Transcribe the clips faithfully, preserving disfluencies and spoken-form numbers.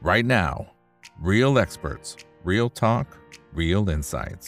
right now. Real experts, real talk, real insights.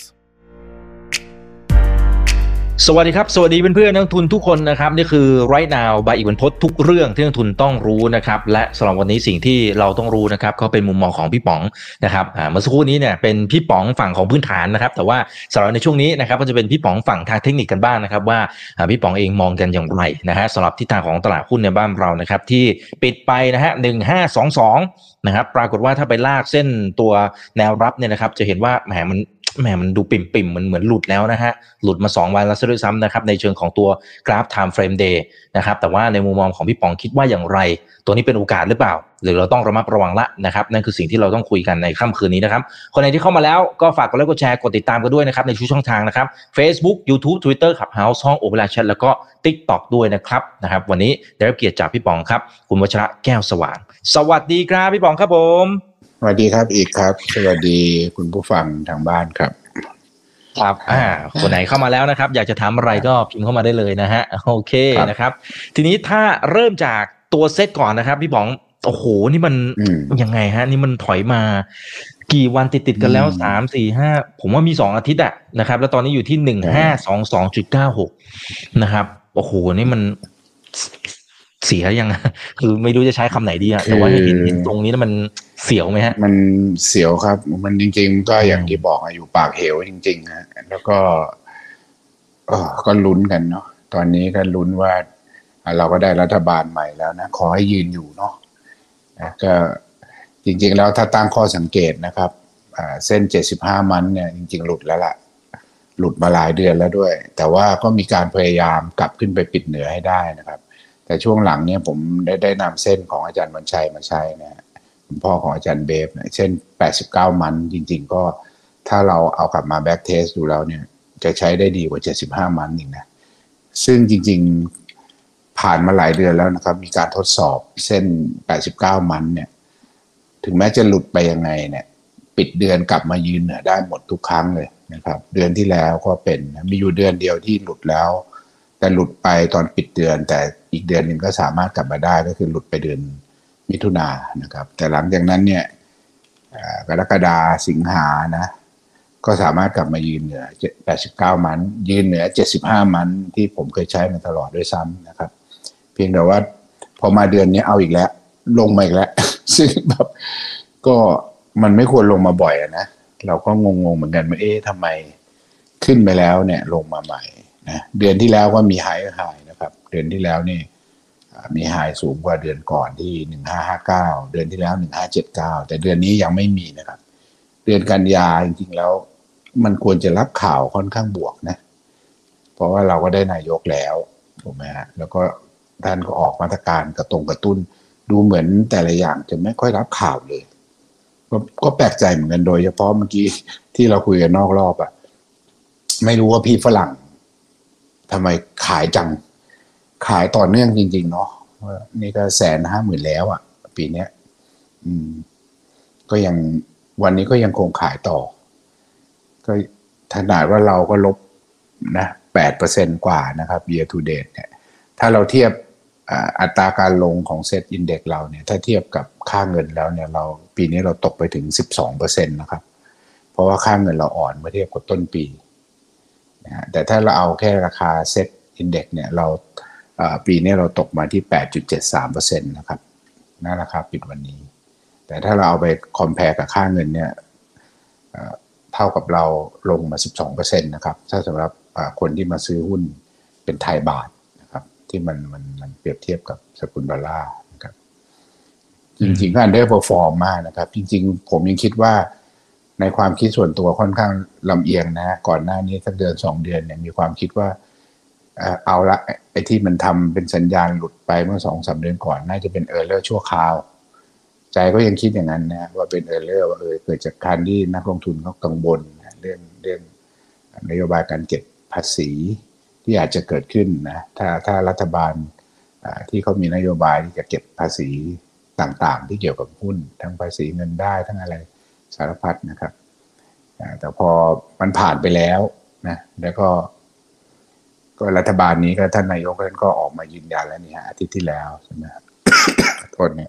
สวัสดีครับสวัสดีเพื่อนๆนักทุนทุกคนนะครับนี่คือ Right Now บายอีกบรรพตทุกเรื่องที่นักทุนต้องรู้นะครับและสำหรับวันนี้สิ่งที่เราต้องรู้นะครับก็เป็นมุมมองของพี่ป๋องนะครับอ่าเมื่อสักครู่นี้เนี่ยเป็นพี่ป๋องฝั่งของพื้นฐานนะครับแต่ว่าสำหรับในช่วงนี้นะครับก็จะเป็นพี่ป๋องฝั่งทางเทคนิคกันบ้างนะครับว่าอ่าพี่ป๋องเองมองกันอย่างไรนะฮะสำหรับทิศทางของตลาดหุ้นในบ้านเรานะครับที่ปิดไปนะฮะหนึ่งพันห้าร้อยยี่สิบสองนะครับปรากฏว่าถ้าไปลากเส้นตัวแนวรับเนี่ยนะครับจะเห็นว่าแหมมันแหมมันดูปิ่มๆเหมือนเหมือนหลุดแล้วนะฮะหลุดมาสองวันแล้วซะด้วยซ้ำนะครับในเชิงของตัวกราฟ Time Frame Day นะครับแต่ว่าในมุมมองของพี่ป๋องคิดว่าอย่างไรตัวนี้เป็นโอกาสหรือเปล่าหรือเราต้องระมัดระวังละนะครับนั่นคือสิ่งที่เราต้องคุยกันในค่ำคืนนี้นะครับคนไหนที่เข้ามาแล้วก็ฝากกดไลค์กดแชร์กดติดตามกันด้วยนะครับในทุกช่องทางนะครับ Facebook YouTube Twitter Clubhouse ห้อง Open Chat แล้วก็ TikTok ด้วยนะครับนะครับวันนี้ได้รับเกียรติจากพี่ป๋องครับคุณวัชระแก้วสว่างสวัสดีครับพี่ป๋องครับผมสวัสดีครับอีกครับสวัสดีคุณผู้ฟังทางบ้านครับครับอ่าคนไหนเข้ามาแล้วนะครับอยากจะถามอะไรก็พิมพ์เข้ามาได้เลยนะฮะโอเคนะครับทีนี้ถ้าเริ่มจากตัวเซตก่อนนะครับพี่ป๋องโอ้โหนี่มันยังไงฮะนี่มันถอยมากี่วันติดๆกันแล้วสาม สี่ ห้าผมว่ามีสองอาทิตย์อะนะครับแล้วตอนนี้อยู่ที่ หนึ่งพันห้าร้อยยี่สิบสองจุดเก้าหก นะครับโอ้โหนี่มันเสียยังคือไม่รู้จะใช้คำไหนดีอะแต่ว่าเห็นเห็นตรงนี้แล้วมันเสียวไหมฮะมันเสียวครับมันจริงๆก็อย่างที่บอกอยู่ปากเหวจริงๆฮะแล้วก็เออก็ลุ้นกันเนาะตอนนี้ก็ลุ้นว่าเราก็ได้รัฐบาลใหม่แล้วนะขอให้ยืนอยู่เนาะก็จริงๆแล้วถ้าตั้งข้อสังเกตนะครับเส้นเจ็ดสิบห้ามันเนี่ยจริงๆหลุดแล้วล่ะหลุดมาหลายเดือนแล้วด้วยแต่ว่าก็มีการพยายามกลับขึ้นไปปิดเหนือให้ได้นะครับแต่ช่วงหลังเนี่ยผมได้ได้นำเส้นของอาจารย์วันชัยมาใช้นะคุณพ่อของอาจารย์เบฟเนี่ยเช่นแปดสิบเก้ามันจริงๆก็ถ้าเราเอากลับมาแบ็กเทสดูแล้วเนี่ยจะใช้ได้ดีกว่าเจ็ดสิบห้ามันอีกนะซึ่งจริงๆผ่านมาหลายเดือนแล้วนะครับมีการทดสอบเส้นแปดสิบเก้ามันเนี่ยถึงแม้จะหลุดไปยังไงเนี่ยปิดเดือนกลับมายืนเหนือได้หมดทุกครั้งเลยนะครับเดือนที่แล้วก็เป็นมีอยู่เดือนเดียวที่หลุดแล้วแต่หลุดไปตอนปิดเดือนแต่อีกเดือนนึงก็สามารถกลับมาได้ก็คือหลุดไปเดือนมิถุนายนนะครับแต่หลังจากนั้นเนี่ยกรกฎาสิงหานะก็สามารถกลับมายืนเหนือแปดสิบเก้ามันยืนเหนือเจ็ดสิบห้ามันที่ผมเคยใช้มาตลอดด้วยซ้ำนะครับเพียงแต่ว่าพอมาเดือนนี้เอาอีกแล้วลงมาอีกแล้วซึ่งแบบก็มันไม่ควรลงมาบ่อยนะเราก็งงๆเหมือนกันว่าเอ๊ะทำไมขึ้นไปแล้วเนี่ยลงมาใหม่นะเดือนที่แล้วก็มีไฮไฮนะครับเดือนที่แล้วนี่มีไฮสูงกว่าเดือนก่อนที่หนึ่งพันห้าร้อยห้าสิบเก้าเดือนที่แล้วหนึ่งพันห้าร้อยเจ็ดสิบเก้าแต่เดือนนี้ยังไม่มีนะครับเดือนกันยาจริงๆแล้วมันควรจะรับข่าวค่อนข้างบวกนะเพราะว่าเราก็ได้นายกแล้วถูกไหมฮะแล้วก็ท่านก็ออกมาตรการกระตรงกระตุ้นดูเหมือนแต่ละอย่างจะไม่ค่อยรับข่าวเลยก็ก็แปลกใจเหมือนกันโดยเฉพาะเมื่อกี้ที่เราคุยกันนอกรอบอะไม่รู้ว่าพี่ฝรั่งทำไมขายจังขายต่อเนื่องจริงๆเนาะนี่ก็แสนห้าหมื่นแล้วอ่ะปีเนี้ยอืมก็ยังวันนี้ก็ยังคงขายต่อก็ขนาดว่าเราก็ลบนะแปดเปอร์เซ็นต์กว่านะครับ year to date เนี่ยถ้าเราเทียบอัตราการลงของ Set Index เราเนี่ยถ้าเทียบกับค่าเงินแล้วเนี่ยเราปีนี้เราตกไปถึง สิบสองเปอร์เซ็นต์ นะครับเพราะว่าค่าเงินเราอ่อนเมื่อเทียบกับต้นปีนะแต่ถ้าเราเอาแค่ราคา Set Index เนี่ยเราปีนี้เราตกมาที่ แปดจุดเจ็ดสามเปอร์เซ็นต์ นะครับนั่นราคาปิดวันนี้แต่ถ้าเราเอาไปคอมแพร์กับค่าเงินเนี่ยเท่ากับเราลงมา สิบสองเปอร์เซ็นต์ นะครับถ้าสำหรับคนที่มาซื้อหุ้นเป็นไทยบาทนะครับที่มันมันมันเปรียบเทียบกับสกุลดอลลาร์นะครับจริงๆก็อันเดอร์เพอร์ฟอร์มมากนะครับจริงๆผมยังคิดว่าในความคิดส่วนตัวค่อนข้างลำเอียงนะก่อนหน้านี้สักเดือนสองเดือนเนี่ยมีความคิดว่าเอาละไอ้ที่มันทำเป็นสัญญาณหลุดไปเมื่อ สองถึงสาม เดือนก่อนน่าจะเป็นเออร์เลอร์ชั่วคราวใจก็ยังคิดอย่างนั้นนะว่าเป็นเออร์เลอร์ว่าเออเกิดจากการที่นักลงทุนเขากังวลเรื่องเรื่องนโยบายการเก็บภาษีที่อาจจะเกิดขึ้นนะถ้าถ้ารัฐบาลที่เขามีนโยบายที่จะเก็บภาษีต่างๆที่เกี่ยวกับหุ้นทั้งภาษีเงินได้ทั้งอะไรสารพัดนะครับแต่พอมันผ่านไปแล้วนะแล้วก็ก็รัฐบาลนี้ก็ท่านนายกท่านก็ออกมายืนยันแล้วนี่ฮะอาทิตย์ที่แล้วใช่ไหมครับโทษเนี่ย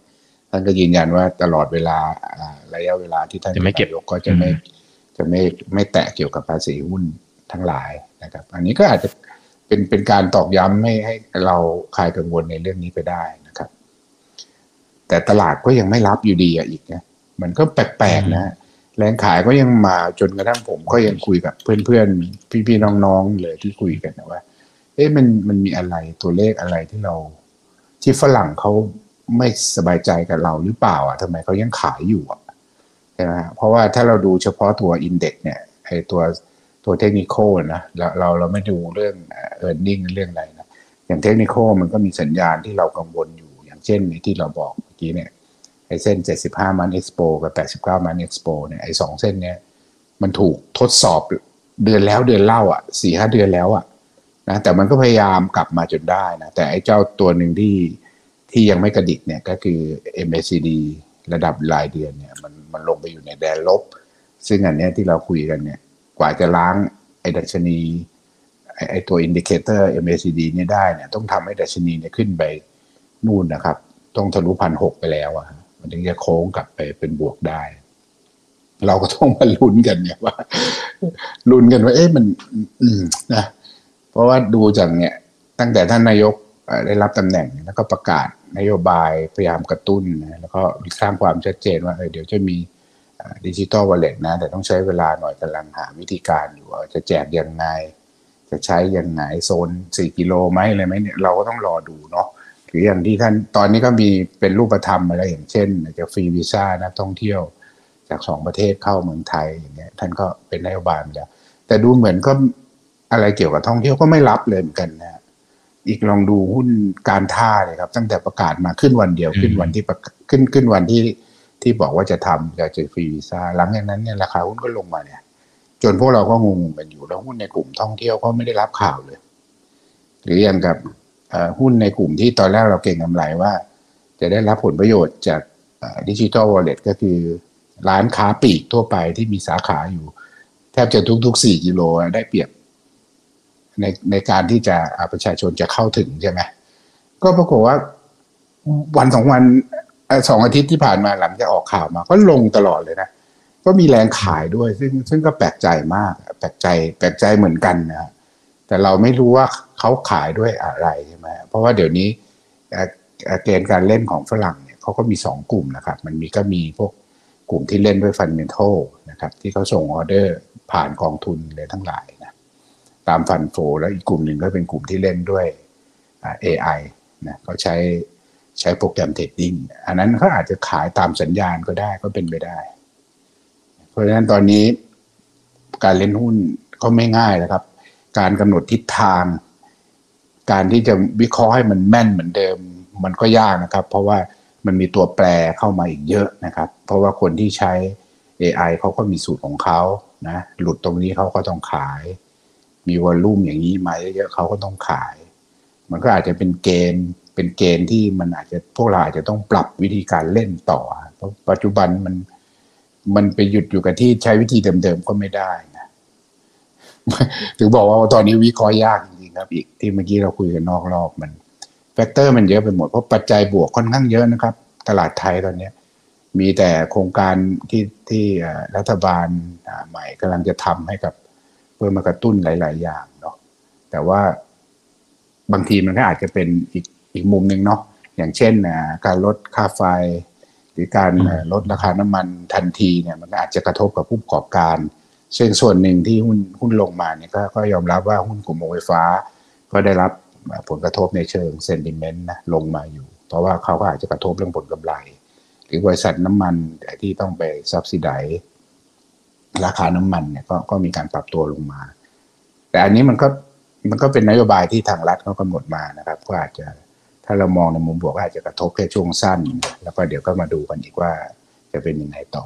ท่านก็ยืนยันว่าตลอดเวลาระยะเวลาที่ท่านเป็นนายกก็จะไม่จะไม่ไม่แตะเกี่ยวกับภาษีหุ้นทั้งหลายนะครับอันนี้ก็อาจจะเป็นเป็นการตอกย้ำให้ให้เราคลายกังวลในเรื่องนี้ไปได้นะครับแต่ตลาดก็ยังไม่รับอยู่ดีอ่ะอีกนะมันก็แปลกๆนะแรงขายก็ยังมาจนกระทั่งผมก็ยังคุยกับเพื่อนๆพี่ๆน้องๆเลยที่คุยกันนะว่าเอ๊ะมันมันมีอะไรตัวเลขอะไรที่เราที่ฝรั่งเขาไม่สบายใจกับเราหรือเปล่าอ่ะทำไมเขายังขายอยู่อ่ะใช่ไหมเพราะว่าถ้าเราดูเฉพาะตัวอินเด็กซ์เนี่ยไอตัวตัวเทคนิคอลนะเราเราเราไม่ดูเรื่องเออร์เน็งเรื่องอะไรนะอย่างเทคนิคอลมันก็มีสัญญาณที่เรากังวลอยู่อย่างเช่นที่เราบอกเมื่อกี้เนี่ยไอเส้นเจ็ดสิบห้ามัน Expo กับแปดสิบเก้ามัน Expo เนี่ยไอสองเส้นเนี้ยมันถูกทดสอบเดือนแล้วเดือนเล่าอ่ะ สี่ห้า เดือนแล้วอ่ะนะแต่มันก็พยายามกลับมาจนได้นะแต่ไอเจ้าตัวหนึ่งที่ที่ยังไม่กระดิกเนี่ยก็คือ เอ็ม เอ ซี ดี ระดับรายเดือนเนี่ยมันมันลงไปอยู่ในแดนลบซึ่งอันเนี้ยที่เราคุยกันเนี่ยกว่าจะล้างไอ้ดัชนีไอ้ไอ้ตัวอินดิเคเตอร์ เอ็ม เอ ซี ดี เนี่ยได้เนี่ยต้องทำให้ดัชนีเนี่ยขึ้นไปนู่นนะครับต้องทะลุ หนึ่งพันหกร้อย ไปแล้วอ่ะมันถึงจะโค้งกลับไปเป็นบวกได้เราก็ต้องมาลุ้นกันเนี่ยว่าลุ้นกันว่าเอ๊ะมันอืมนะเพราะว่าดูจากเนี่ยตั้งแต่ท่านนายกได้รับตำแหน่งแล้วก็ประกาศนโยบายพยายามกระตุ้นนะแล้วก็สร้างความชัดเจนว่าเออเดี๋ยวจะมีดิจิตอลวอลเล็ตนะแต่ต้องใช้เวลาหน่อยกำลังหาวิธีการอยู่ว่าจะแจกยังไงจะใช้ยังไงโซนสี่กิโลไหมอะไรไหมเนี่ยเราก็ต้องรอดูเนาะหรืออย่างที่ท่านตอนนี้ก็มีเป็นรูปธรรมอะไรอย่างเช่นจะฟรีวีซ่านักท่องเที่ยวจากสองประเทศเข้าเมืองไทยอย่างเงี้ยท่านก็เป็นนโยบายแล้วแต่ดูเหมือนก็อะไรเกี่ยวกับท่องเที่ยวก็ไม่รับเลยเหมือนกันนะอีกลองดูหุ้นการท่าเลยครับตั้งแต่ประกาศมาขึ้นวันเดียวขึ้นวันที่ขึ้นขึ้นวันที่ที่บอกว่าจะทำจะเจอฟรีวีซ่าหลังจากนั้นเนี่ยราคาหุ้นก็ลงมาเนี่ยจนพวกเราก็งงกันอยู่แล้วหุ้นในกลุ่มท่องเที่ยวก็ไม่ได้รับข่าวเลยหรืออย่างกับหุ้นในกลุ่มที่ตอนแรกเราเก่งกำไรว่าจะได้รับผลประโยชน์จากดิจิทัลวอลเล็ตก็คือร้านค้าปลีกทั่วไปที่มีสาขาอยู่แทบจะทุกๆสี่กิโลได้เปรียบในในการที่จะประชาชนจะเข้าถึงใช่ไหมก็ปรากฏว่าวันสองวันสองอาทิตย์ที่ผ่านมาหลังจากออกข่าวมาก็ลงตลอดเลยนะก็มีแรงขายด้วยซึ่งซึ่งก็แปลกใจมากแปลกใจแปลกใจเหมือนกันนะแต่เราไม่รู้ว่าเขาขายด้วยอะไรใช่ไหมเพราะว่าเดี๋ยวนี้เกณฑ์การเล่นของฝรั่งเนี่ยเขาก็มีสองกลุ่มนะครับมันมีก็มีพวกกลุ่มที่เล่นด้วยฟันเมนทัลนะครับที่เขาส่งออเดอร์ผ่านกองทุนเลยทั้งหลายนะตามฟันโฟแล้วอีกกลุ่มหนึ่งก็เป็นกลุ่มที่เล่นด้วย เอ ไอ นะเขาใช้ใช้โปรแกรมเทรดดิ้งอันนั้นเขาอาจจะขายตามสัญญาณก็ได้ก็เป็นไปได้เพราะฉะนั้นตอนนี้การเล่นหุ้นก็ไม่ง่ายนะครับการกำหนดทิศทางการที่จะวิเคราะห์ให้มันแม่นเหมือนเดิมมันก็ยากนะครับเพราะว่ามันมีตัวแปรเข้ามาอีกเยอะนะครับเพราะว่าคนที่ใช้ เอ ไอ เขาก็มีสูตรของเขานะหลุดตรงนี้เขาก็ต้องขายมีวอลลุ่มอย่างนี้มาเยอะๆเขาก็ต้องขายมันก็อาจจะเป็นเกณฑ์เป็นเกณฑ์ที่มันอาจจะพวกเราอาจจะต้องปรับวิธีการเล่นต่อเพราะปัจจุบันมันมันไปหยุดอยู่กับที่ใช้วิธีเดิมๆก็ไม่ได้นะถึงบอกว่าตอนนี้วิเคราะห์ยากจริงๆครับอีกที่เมื่อกี้เราคุยกันนอกรอบมันแฟกเตอร์มันเยอะไปหมดเพราะปัจจัยบวกค่อนข้างเยอะนะครับตลาดไทยตอนนี้มีแต่โครงการที่ที่รัฐบาลใหม่กำลังจะทำให้กับเพื่อมากระตุ้นหลายๆอย่างเนาะแต่ว่าบางทีมันก็อาจจะเป็นอีกอีกมุมนึงเนาะอย่างเช่นการลดค่าไฟหรือการลดราคาน้ำมันทันทีเนี่ยมันอาจจะกระทบกับผู้ประกอบการซึ่งส่วนหนึ่งที่หุ้นหุ้นลงมาเนี่ยก็ก็ยอมรับว่าหุ้นกลุ่มโรงไฟฟ้าก็ได้รับผลกระทบในเชิงเซนติเมนต์นะลงมาอยู่เพราะว่าเขาก็อาจจะกระทบเรื่องผลกำไรหรือบริษัทน้ำมันที่ต้องไปซับซิไดซ์ราคาน้ำมันเนี่ยก็ก็มีการปรับตัวลงมาแต่อันนี้มันก็มันก็เป็นนโยบายที่ทางรัฐเขากำหนดมานะครับก็อาจจะถ้าเรามองในมุมบวกอาจจะกระทบแค่ช่วงสั้นแล้วก็เดี๋ยวก็มาดูกันอีกว่าจะเป็นยังไงต่อ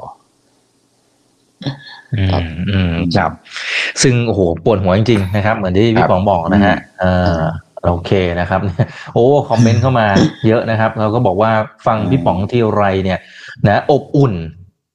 อืมอืมครับซึ่งโอ้โหปวดหัวจริงๆนะครับเหมือนที่พี่ป๋องบอกนะฮะเออโอเคนะครับโอ้คอมเมนต์เข้ามาเยอะนะครับเราก็บอกว่าฟังพี่ป๋องที่ไรเนี่ยนะอบอุ่น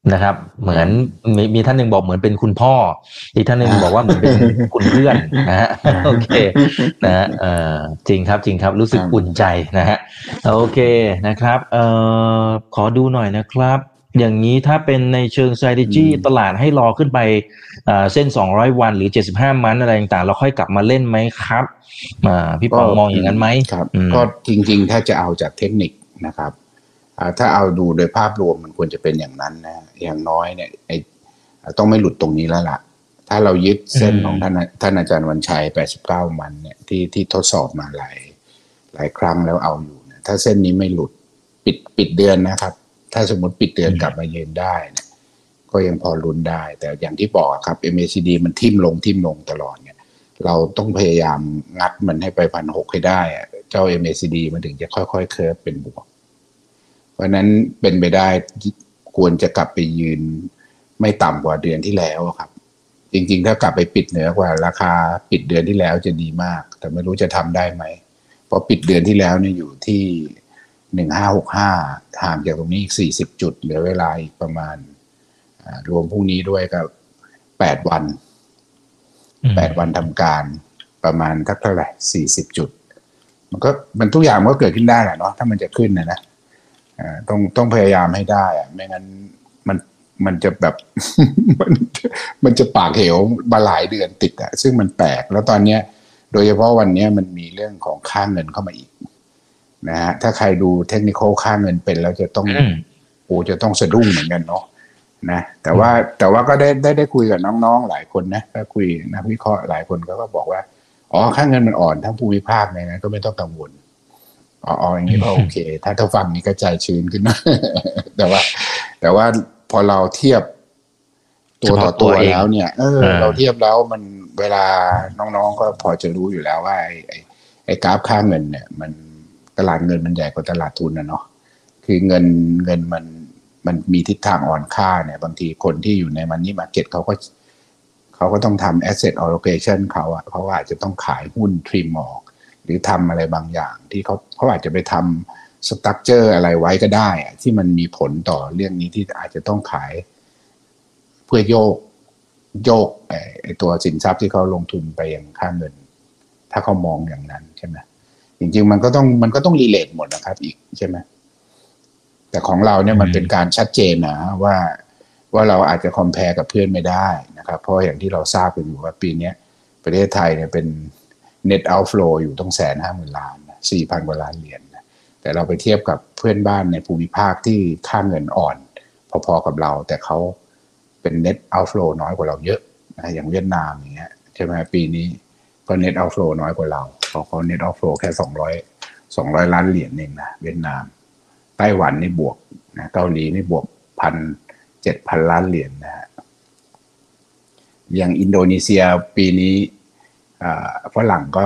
นะครับเหมือนมีมีท่านหนึ่งบอกเหมือนเป็นคุณพ่ออีกท่านหนึ่งบอกว่าเหมือนเป็นคุณเพื่อนนะฮะโอเคนะฮะเอ่อจริงครับจริงครับรู้สึกอุ่นใจนะฮะโอเคนะครับเอ่อขอดูหน่อยนะครับอย่างนี้ถ้าเป็นในเชิง strategy ตลาดให้รอขึ้นไปเส้นสองร้อยวันหรือเจ็ดสิบห้ามันอะไรต่างๆเราค่อยกลับมาเล่นไหมครับพี่ป๋องมองอย่างนั้นไหมครับก็จริงๆถ้าจะเอาจากเทคนิคนะครับถ้าเอาดูโดยภาพรวมมันควรจะเป็นอย่างนั้นนะอย่างน้อยเนี่ยไอ้ต้องไม่หลุดตรงนี้แล้วล่ะถ้าเรายึดเส้นของท่านท่านอาจารย์วันชัยแปดสิบเก้ามันเนี่ยที่ที่ทดสอบมาหลายหลายครั้งแล้วเอาอยู่นะถ้าเส้นนี้ไม่หลุดปิดปิดเดือนนะครับถ้าสมมติปิดเดือนกลับมายืนได้เนี่ยก็ยังพอลุ้นได้แต่อย่างที่บอกครับ เอ็ม เอ ซี ดี มันทิ่มลงทิ่มลงตลอดเนี่ยเราต้องพยายามงัดมันให้ไปพันหกให้ได้เจ้า เอ็ม เอ ซี ดี มันถึงจะค่อยๆเคลิร์ฟเป็นบวกเพราะนั้นเป็นไปได้ควรจะกลับไปยืนไม่ต่ำกว่าเดือนที่แล้วครับจริงๆถ้ากลับไปปิดเหนือกว่าราคาปิดเดือนที่แล้วจะดีมากแต่ไม่รู้จะทำได้ไหมเพราะปิดเดือนที่แล้วเนี่ยอยู่ที่หนึ่งพันห้าร้อยหกสิบห้าห่างจากตรงนี้อีกสี่สิบจุดเหลือเวลาอีกประมาณรวมพรุ่งนี้ด้วยก็แปดวันแปดวันทำการประมาณเท่าไหร่สี่สิบจุดมันก็มันทุกอย่างมันก็เกิดขึ้นได้แหละเนาะถ้ามันจะขึ้นนะนะต้องต้องพยายามให้ได้อะไม่งั้นมันมันจะแบบ มันมันจะปากเหวมาหลายเดือนติดอะซึ่งมันแปลกแล้วตอนเนี้ยโดยเฉพาะวันนี้มันมีเรื่องของค่าเงินเข้ามาอีกนะฮะถ้าใครดูเทคนิคค่าเงินเป็นแล้วจะต้องโอ้จะต้องสะดุ้งเหมือนกันเนาะนะแต่ว่าแต่ว่าก็ได้ได้ได้คุยกับน้องๆหลายคนนะก็คุยนักวิเคราะห์หลายคนก็ก็บอกว่าอ๋อค่าเงินมันอ่อนทั้งภูมิภาคเนี่ยนะก็ไม่ต้องกังวลอ๋ออย่างนี้ก็โอเคถ้าถ้าฟังนี้ก็ใจชื้นขึ้นนะ แต่ว่าแต่ว่าพอเราเทียบตัวต่อตัวแล้วเนี่ยเออเราเทียบแล้วมันเวลาน้องๆก็พอจะรู้อยู่แล้วว่าไอ้ไอ้ไอ้กราฟค่าเงินเนี่ยมันตลาดเงินมันใหญ่กว่าตลาดทุนนะเนาะคือเงินเงินมันมันมีทิศทางอ่อนค่าเนี่ยบางทีคนที่อยู่ในมันนี่มาร์เก็ตเขาก็เขาก็ต้องทำ asset allocation เขาอะเขาอาจจะต้องขายหุ้นทริมออกหรือทำอะไรบางอย่างที่เขาเขาอาจจะไปทำสตรัคเจอร์อะไรไว้ก็ได้ที่มันมีผลต่อเรื่องนี้ที่อาจจะต้องขายเพื่อโยกโยกไอ้ตัวสินทรัพย์ที่เขาลงทุนไปอย่างค่าเงินถ้าเขามองอย่างนั้นใช่ไหมจริงๆมันก็ต้องมันก็ต้องรีเลทหมดนะครับอีกใช่ไหมแต่ของเราเนี่ยมันเป็นการชัดเจนนะว่าว่าเราอาจจะคอมเพลกับเพื่อนไม่ได้นะครับเพราะอย่างที่เราทราบกันอยู่ว่าปีนี้ประเทศไทยเนี่ยเป็น net outflow อยู่ต้องแสนห้าหมื่นล้านสี่พันกว่าล้านเหรียญนะแต่เราไปเทียบกับเพื่อนบ้านในภูมิภาคที่ค่าเงินอ่อนพอๆกับเราแต่เขาเป็น net outflow น้อยกว่าเราเยอะนะอย่างเวียดนามอย่างเงี้ยใช่ไหมปีนี้ก็ net outflow น้อยกว่าเราเขาเขา net outflow แค่สองร้อย สองร้อยล้านเหรียญเองนะเวียดนามไต้หวันนี่บวกนะเกาหลีนี่บวก หนึ่งพันเจ็ดพัน ล้านเหรียญนะฮะอย่างอินโดนีเซียปีนี้ฝรั่งก็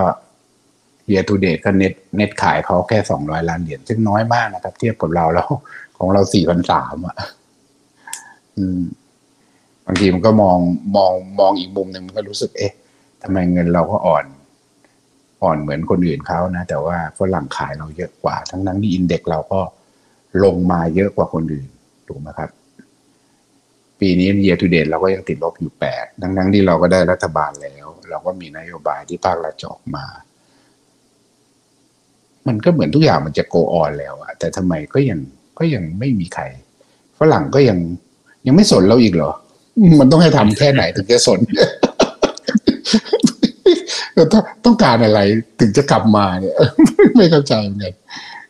year to date ก็เน็ตเน็ตขายเขาแค่สองร้อยล้านเหรียญซึ่งน้อยมากนะครับเทียบกับเราแล้วของเรา สี่พันสามร้อย อ่ะอืมบางทีมันก็มองมองมองอีกมุมนึงมันก็รู้สึกเอ๊ะทำไมเงินเราก็อ่อนอ่อนเหมือนคนอื่นเขานะแต่ว่าฝรั่งขายเราเยอะกว่าทั้งนั้นที่อินเด็กซ์เราก็ลงมาเยอะกว่าคนอื่นถูกไหมครับปีนี้ year to date เราก็ยังติดลบอยู่แปดทั้งนั้นที่เราก็ได้รัฐบาลแล้วเราก็มีนโยบายที่ภาครัฐจะออกมามันก็เหมือนทุกอย่างมันจะ go on แล้วอะแต่ทำไมก็ยังก็ยังไม่มีใครฝรั่งก็ยังยังไม่สนเราอีกเหรอมันต้องให้ทำแค่ไหนถึงจะสน ต้องต้องการอะไรถึงจะกลับมาเนี่ย ไม่เข้าใจเหมือนกัน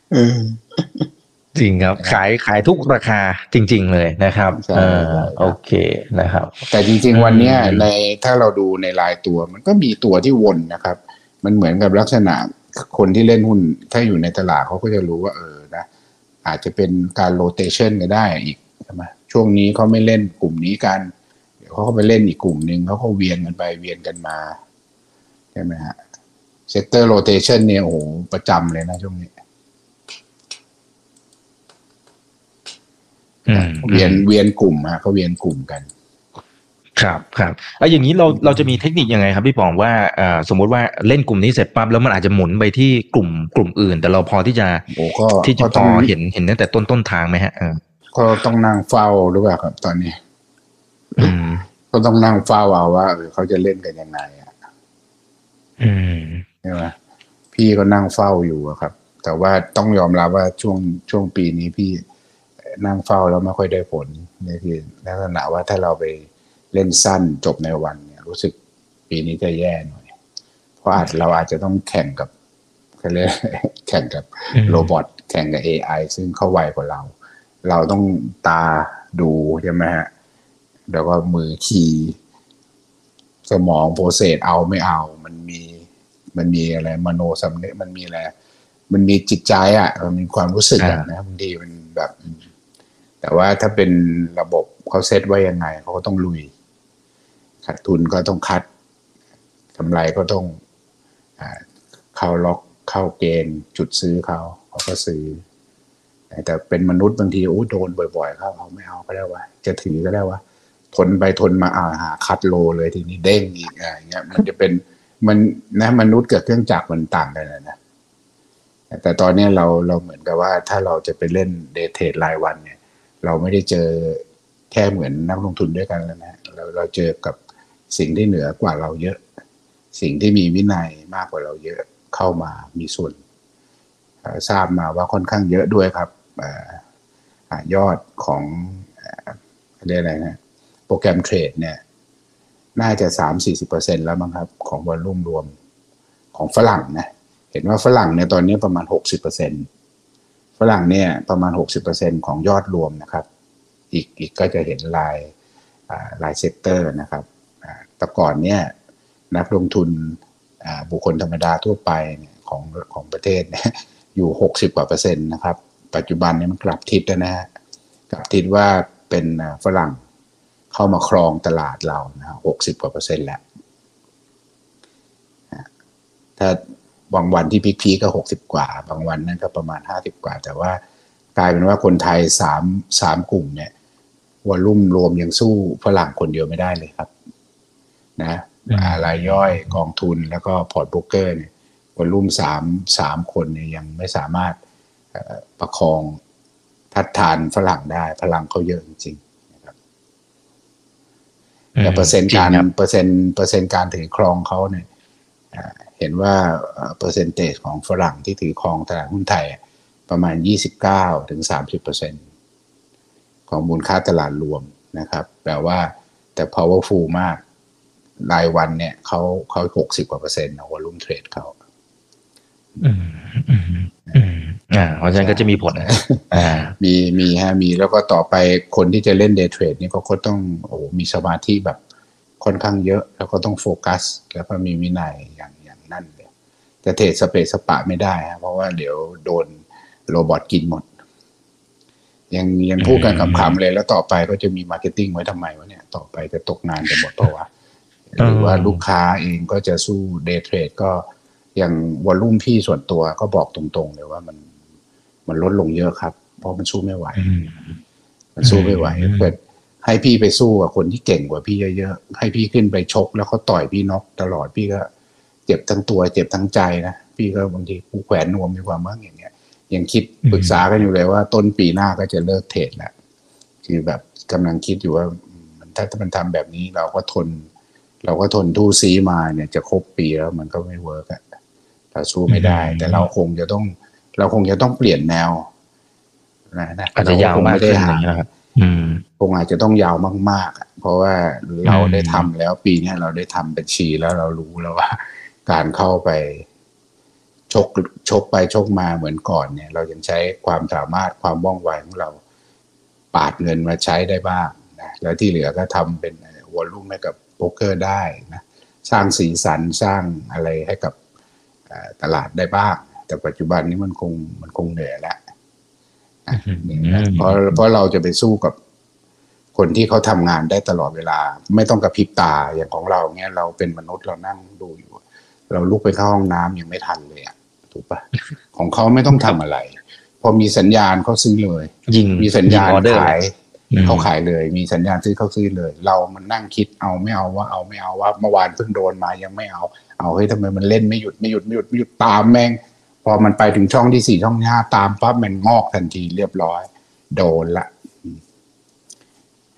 จริงครับขายขายทุกราคาจริงๆเลยนะครับเออโอเคนะครับแต่จริงๆวันนี้ในถ้าเราดูในรายตัวมันก็มีตัวที่วนนะครับมันเหมือนกับลักษณะคนที่เล่นหุ้นถ้าอยู่ในตลาดเขาก็จะรู้ว่าเออนะอาจจะเป็นการโรเตชันก็ได้อีกใช่ไหมช่วงนี้เขาไม่เล่นกลุ่มนี้กันเดี๋ยวเขาก็ไปเล่นอีกกลุ่มนึงเขาก็เวียนกันไปเวียนกันมาใช่ไหมฮะเซกเตอร์โรเตชันเนี่ยโอ้โหประจำเลยนะช่วงนี้เวียนเวียนกลุ่มฮะเขาเวียนกลุ่มกันครับครับแล้วอย่างนี้เราเราจะมีเทคนิคยังไงครับพี่ป๋องว่าอ่าสมมติว่าเล่นกลุ่มนี้เสร็จปั๊บแล้วมันอาจจะหมุนไปที่กลุ่มกลุ่มอื่นแต่เราพอที่จะที่จะพอเห็นเห็นตั้งแต่ต้นต้นทางไหมฮะก็ต้องนั่งเฝ้าหรือเปล่าครับตอนนี้อืมก็ต้องนั่งเฝ้าเอาว่าเขาจะเล่นกันยังไงอ่ะอืมใช่ไหมพี่ก็นั่งเฝ้าอยู่ครับแต่ว่าต้องยอมรับว่าช่วงช่วงปีนี้พี่นั่งเฝ้าแล้วไม่ค่อยได้ผลนี่คือลักษณะว่าถ้าเราไปเล่นสั้นจบในวันเนี่ยรู้สึกปีนี้จะแย่หน่อยเพราะอาจเราอาจจะต้องแข่งกับเขาเรียกแข่งกับโรบอทแข่งกับ เอ ไอ ซึ่งเขาไวกว่าเราเราต้องตาดูใช่ไหมฮะแล้วก็มือคีย์สมองโปรเซสเอาไม่เอามันมีมันมีอะไรมโนสัมนึกมันมีอะไรมันมีจิตใจอ่ะมันมีความรู้สึกอ่ะนะบางทีมันแบบแต่ว่าถ้าเป็นระบบเขาเซตไว้ยังไงเขาก็ต้องลุยขาดทุนก็ต้องคัดกำไรก็ต้องเข้าล็อกเข้าเกณฑ์จุดซื้อเขาเขาก็ซื้อแต่เป็นมนุษย์บางทีโอ้โดนบ่อยๆเขาเอาไม่เอาก็ได้วะจะถือก็ได้วะทนไปทนมาอ่าหาคัดโลเลยทีนี้เด้งอีกอะไรเงี้ยมันจะเป็นมันนะมนุษย์กับเครื่องจักรมันต่างกันนะแต่ตอนนี้เราเราเหมือนกับว่าถ้าเราจะไปเล่นเดย์เทรดรายวันเนี่ยเราไม่ได้เจอแค่เหมือนนักลงทุนด้วยกันแล้วนะเราเราเจอกับสิ่งที่เหนือกว่าเราเยอะสิ่งที่มีวินัยมากกว่าเราเยอะเข้ามามีส่วนทราบมาว่าค่อนข้างเยอะด้วยครับยอดของเรียกอะไรนะโปรแกรมเทรดเนี่ยน่าจะ สามถึงสี่สิบเปอร์เซ็นต์ แล้วมั้งครับของวอลลุ่มรวมของฝรั่งนะเห็นว่าฝรั่งเนี่ยตอนนี้ประมาณ หกสิบเปอร์เซ็นต์ ฝรั่งเนี่ยประมาณ หกสิบเปอร์เซ็นต์ ของยอดรวมนะครับอีกอีกก็จะเห็นรายรายเซกเตอร์นะครับแต่ก่อนเนี่ยนักลงทุนบุคคลธรรมดาทั่วไปเนี่ยของของประเทศเนี่ยอยู่หกสิบกว่าเปอร์เซ็นต์นะครับปัจจุบันนี้มันกลับทิศแล้วนะฮะกลับทิศว่าเป็นฝรั่งเข้ามาครองตลาดเรานะหกสิบกว่าเปอร์เซ็นต์แล้วถ้าบางวันที่พีคๆก็หกสิบกว่าบางวันนั้นก็ประมาณห้าสิบกว่าแต่ว่ากลายเป็นว่าคนไทยสาม สามกลุ่มเนี่ยวอลลุ่มรวมยังสู้ฝรั่งคนเดียวไม่ได้เลยครับนะรายย่อยกองทุนแล้วก็พอร์ตโบรกเกอร์เนี่ยวอลลุ่มสาม สามคนเนี่ยยังไม่สามารถประคองทัดทานฝรั่งได้พลังเขาเยอะจริงๆนะครับแต่เปอร์เซ็นต์การเปอร์เซ็นต์เปอร์เซ็นต์การถือครองเขาเนี่ยเห็นว่าเปอร์เซ็นเทจของฝรั่งที่ถือครองตลาดหุ้นไทยประมาณ ยี่สิบเก้าถึงสามสิบเปอร์เซ็นต์ ของมูลค่าตลาดรวมนะครับแปลว่าแต่ powerful มากรายวันเนี่ยเขาเขาหกสิบกว่าเปอร์เซ็นต์ของวอลลุ่มเทรดเขาอืมอืมอืมอ่าเพราะฉะนั้นก็จะมีผลอ่ามีมีฮะมีแล้วก็ต่อไปคนที่จะเล่นเดย์เทรดนี่ก็ก็ต้องโอ้มีสมาธิแบบค่อนข้างเยอะแล้วก็ต้องโฟกัสแล้วก็มีวินัยอย่างอย่างนั่นเลยจะเทรดสเปซสปะไม่ได้ฮะเพราะว่าเดี๋ยวโดนโรบอทกินหมดยังยังพูดกันขำๆเลยแล้วต่อไปก็จะมีมาร์เก็ตติ้งไว้ทำไมวะเนี่ยต่อไปจะตกงานกันหมดเพราะว่าหรือว่าลูกค้าเองก็จะสู้เดย์เทรดก็อย่างวอลลุ่มพี่ส่วนตัวก็บอกตรงๆเลยว่ามันมันลดลงเยอะครับเพราะมันสู้ไม่ไหวมันสู้ไม่ไหวเกิดให้พี่ไปสู้กับคนที่เก่งกว่าพี่เยอะๆให้พี่ขึ้นไปชกแล้วเขาต่อยพี่น็อกตลอดพี่ก็เจ็บทั้งตัวเจ็บทั้งใจนะพี่ก็บางทีกูแขวนนวมมีความมั่งอย่างเงี้ยยังคิดปรึกษากันอยู่เลยว่าต้นปีหน้าก็จะเลิกเทรดแล้วคือแบบกำลังคิดอยู่ว่าถ้ามันทำแบบนี้เราก็ทนเราก็ทนทู่ซีมาเนี่ยจะครบปีแล้วมันก็ไม่เวิร์กอะเราสู้ไม่ได้แต่เราคงจะต้องเราคงจะต้องเปลี่ยนแนวนะนะอาจจะยาวมากขึ้นอย่างนี้นะครับคงอาจจะต้องยาวมากๆเพราะว่าเราได้ทำแล้วปีนี้เราได้ทำบัญชีแล้วเรารู้แล้วว่าการเข้าไปชกชกไปชกมาเหมือนก่อนเนี่ยเรายังใช้ความสามารถความว่องไวของเราปาดเงินมาใช้ได้บ้างนะแล้วที่เหลือก็ทำเป็นวอลลุ่มให้กับโบรกเกอร์ได้นะสร้างสีสันสร้างอะไรให้กับตลาดได้บ้างแต่ปัจจุบันนี้มันคงมันคงเหนื่อยแล้วเพราะเพราะเราจะไปสู้กับคนที่เขาทำงานได้ตลอดเวลาไม่ต้องกระพริบตาอย่างของเราเงี้ยเราเป็นมนุษย์เรานั่งดูอยู่เราลุกไปเข้าห้องน้ำยังไม่ทันเลยอ่ะถูกปะของเขาไม่ต้องทำอะไรพอมีสัญญาณเขาซื้อเลยยิงมีสัญญาณขายเขาขายเลยมีสัญญาณซื้อเขาซื้อเลยเรามันนั่งคิดเอาไม่เอาว่าเอาไม่เอาว่าเมื่อวานเพิ่งโดนมายังไม่เอาเอาเฮ้ยทำไมมันเล่นไม่หยุดไม่หยุดไม่หยุดไม่หยุดตามแม่งพอมันไปถึงช่องที่สี่ช่องที่ห้าตามปั๊บมันงอกทันทีเรียบร้อยโดนละ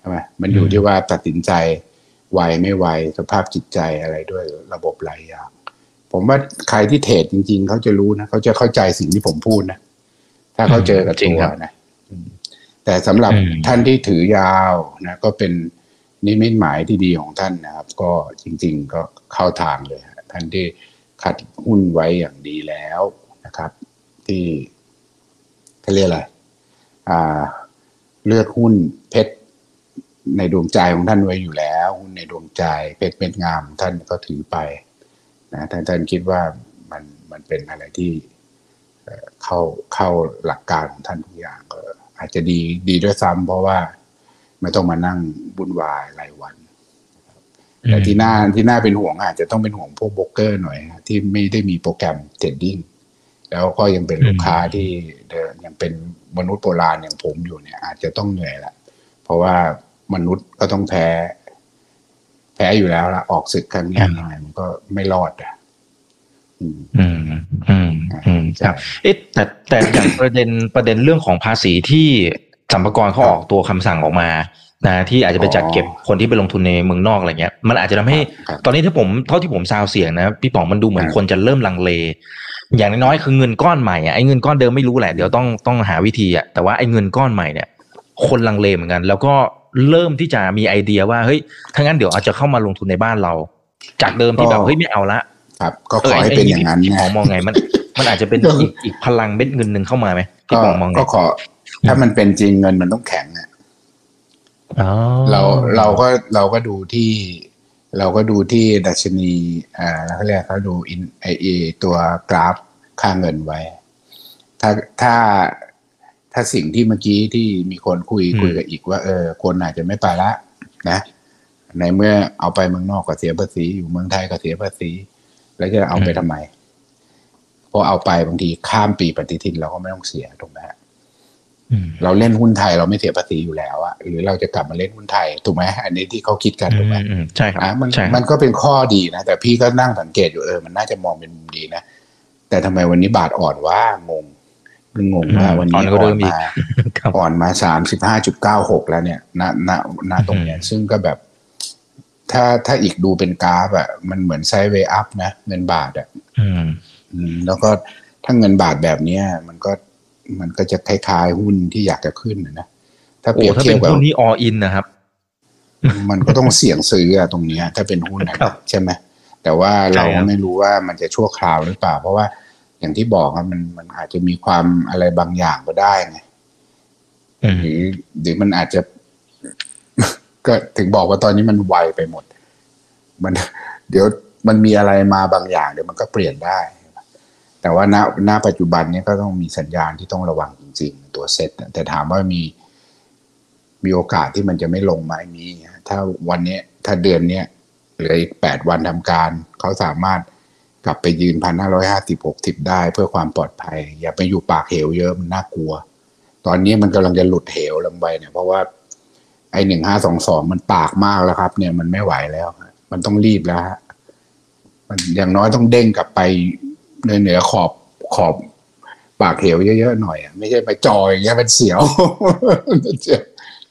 ใช่ไหมมันอยู่ที่ว่าตัดสินใจไวไม่ไวสภาพจิตใจอะไรด้วยระบบหลายอย่างผมว่าใครที่เทรดจริงๆเขาจะรู้นะเขาจะเข้าใจสิ่งที่ผมพูดนะถ้าเขาเจอกับตัวนะแต่สำหรับท่านที่ถือยาวนะก็เป็นนิมิตหมายที่ดีของท่านนะครับก็จริงๆก็เข้าทางเลยท่านที่คัดหุ้นไว้อย่างดีแล้วนะครับที่เขาเรียกอะไรอ่าเลือกหุ้นเพชรในดวงใจของท่านไว้อยู่แล้วหุ้นในดวงใจเพชรเม็ดงามท่านก็ถือไปนะท่านท่านคิดว่ามันมันเป็นอะไรที่เข้าเข้าหลักการของท่านทุกอย่างก็อาจจะดีดีด้วยซ้ำเพราะว่าไม่ต้องมานั่งวุ่นวายรายวันแต่ที่น่าที่น่าเป็นห่วงอาจจะต้องเป็นห่วงพวกโบรกเกอร์หน่อยที่ไม่ได้มีโปรแกรมเทรดดิ้งแล้วก็ยังเป็นลูกค้าที่ยังเป็นมนุษย์โบราณอย่างผมอยู่เนี่ยอาจจะต้องเหนื่อยละเพราะว่ามนุษย์ก็ต้องแพ้แพ้อยู่แล้วละออกศึกครั้งนี้ยังไงมันก็ไม่รอดอ่ะอืมอืมอืมอืมครับเอ๊ะแต่แต่อย่างประเด็นประเด็นเรื่องของภาษีที่สรรพากรเขาออกตัวคำสั่งออกมานะที่อาจจะไปจัดเก็บคนที่ไปลงทุนในเมืองนอกอะไรเงี้ยมันอาจจะทำให้ตอนนี้ถ้าผมเท่าที่ผมซาวเสียงนะพี่ป๋องมันดูเหมือนคนจะเริ่มลังเลอย่างน้อยๆคือเงินก้อนใหม่อ่ะไอ้เงินก้อนเดิมไม่รู้แหละเดี๋ยวต้องต้องหาวิธีอ่ะแต่ว่าไอ้เงินก้อนใหม่เนี่ยคนลังเลเหมือนกันแล้วก็เริ่มที่จะมีไอเดียว่าเฮ้ยถ้างั้นเดี๋ยวอาจจะเข้ามาลงทุนในบ้านเราจากเดิมที่แบบเฮ้ยไม่เอาละครับก็ขอให้เป็นอย่างนั้นพี่ป๋องมองไงมันมันอาจจะเป็นอีกอีกพลังเม็ดเงินนึงเข้ามาไหมพี่ป๋องมองไงก็ขอถ้ามันเป็นจริงเงินมันต้องแข็งอ่ะเราเราก็เราก็ดูที่เราก็ดูที่ดัชนีอ่าเขาเรียกเขาดูอินไอเอตัวกราฟค่าเงินไว้ถ้าถ้าถ้าสิ่งที่เมื่อกี้ที่มีคนคุยคุยกับอีกว่าเออคนอาจจะไม่ไปละนะในเมื่อเอาไปเมืองนอกก็เสียภาษีอยู่เมืองไทยก็เสียภาษีแล้วจะเอาไปทำไมพอเอาไปบางทีข้ามปีปฏิทินเราก็ไม่ต้องเสียถูกไหมฮะเราเล่นหุ้นไทยเราไม่เสียภาษีอยู่แล้วอะหรือเราจะกลับมาเล่นหุ้นไทยถูกไหมอันนี้ที่เขาคิดกันถูกไหมใช่ครับมันมันก็เป็นข้อดีนะแต่พี่ก็นั่งสังเกตอยู่เออมันน่าจะมองเป็นมุมดีนะแต่ทำไมวันนี้บาทอ่อนว่างงงงว่าวันนี้อ่อนมาอ่อนมาสามสิบห้าจุดเก้าหกแล้วเนี่ยณณณตรงเนี้ยซึ่งก็แบบถ้าถ้าอีกดูเป็นกราฟอะมันเหมือนไซด์เวย์อัพนะเงินบาทอะแล้วก็ถ้าเงินบาทแบบนี้มันก็มันก็จะคล้ายๆหุ้นที่อยากจะขึ้นนะถ้าเปรียบเทียบกับหุ้นที่ all in นะครับมันก็ต้องเสี่ยงซื้ออะตรงนี้ถ้าเป็นหุ้นนะใช่ไหมแต่ว่าเราไม่รู้ว่ามันจะชั่วคราวหรือเปล่าเพราะว่าอย่างที่บอกครับมันมันอาจจะมีความอะไรบางอย่างก็ได้ไงหรือหรือมันอาจจะก็ถึงบอกว่าตอนนี้มันไวไปหมดมันเดี๋ยวมันมีอะไรมาบางอย่างเดี๋ยวมันก็เปลี่ยนได้แต่ว่าณณปัจจุบันนี้ก็ต้องมีสัญญาณที่ต้องระวังจริงๆตัวเซ็ตแต่ถามว่ามีมีโอกาสที่มันจะไม่ลงไหมมีถ้าวันนี้ถ้าเดือนนี้เหลืออีกแปดวันทำการเขาสามารถกลับไปยืน หนึ่งพันห้าร้อยห้าสิบ หกสิบได้เพื่อความปลอดภัยอย่าไปอยู่ปากเหวเยอะมันน่ากลัวตอนนี้มันกำลังจะหลุดเหวลงไปเนี่ยเพราะว่าไอ้หนึ่งห้าสองสองมันปากมากแล้วครับเนี่ยมันไม่ไหวแล้วมันต้องรีบแล้วฮะมันอย่างน้อยต้องเด้งกลับไปเหนือขอบขอบปากเหวเยอะๆหน่อยอ่ะไม่ใช่ไปจอยอย่างเงี้ยมันเสียวเจ็บ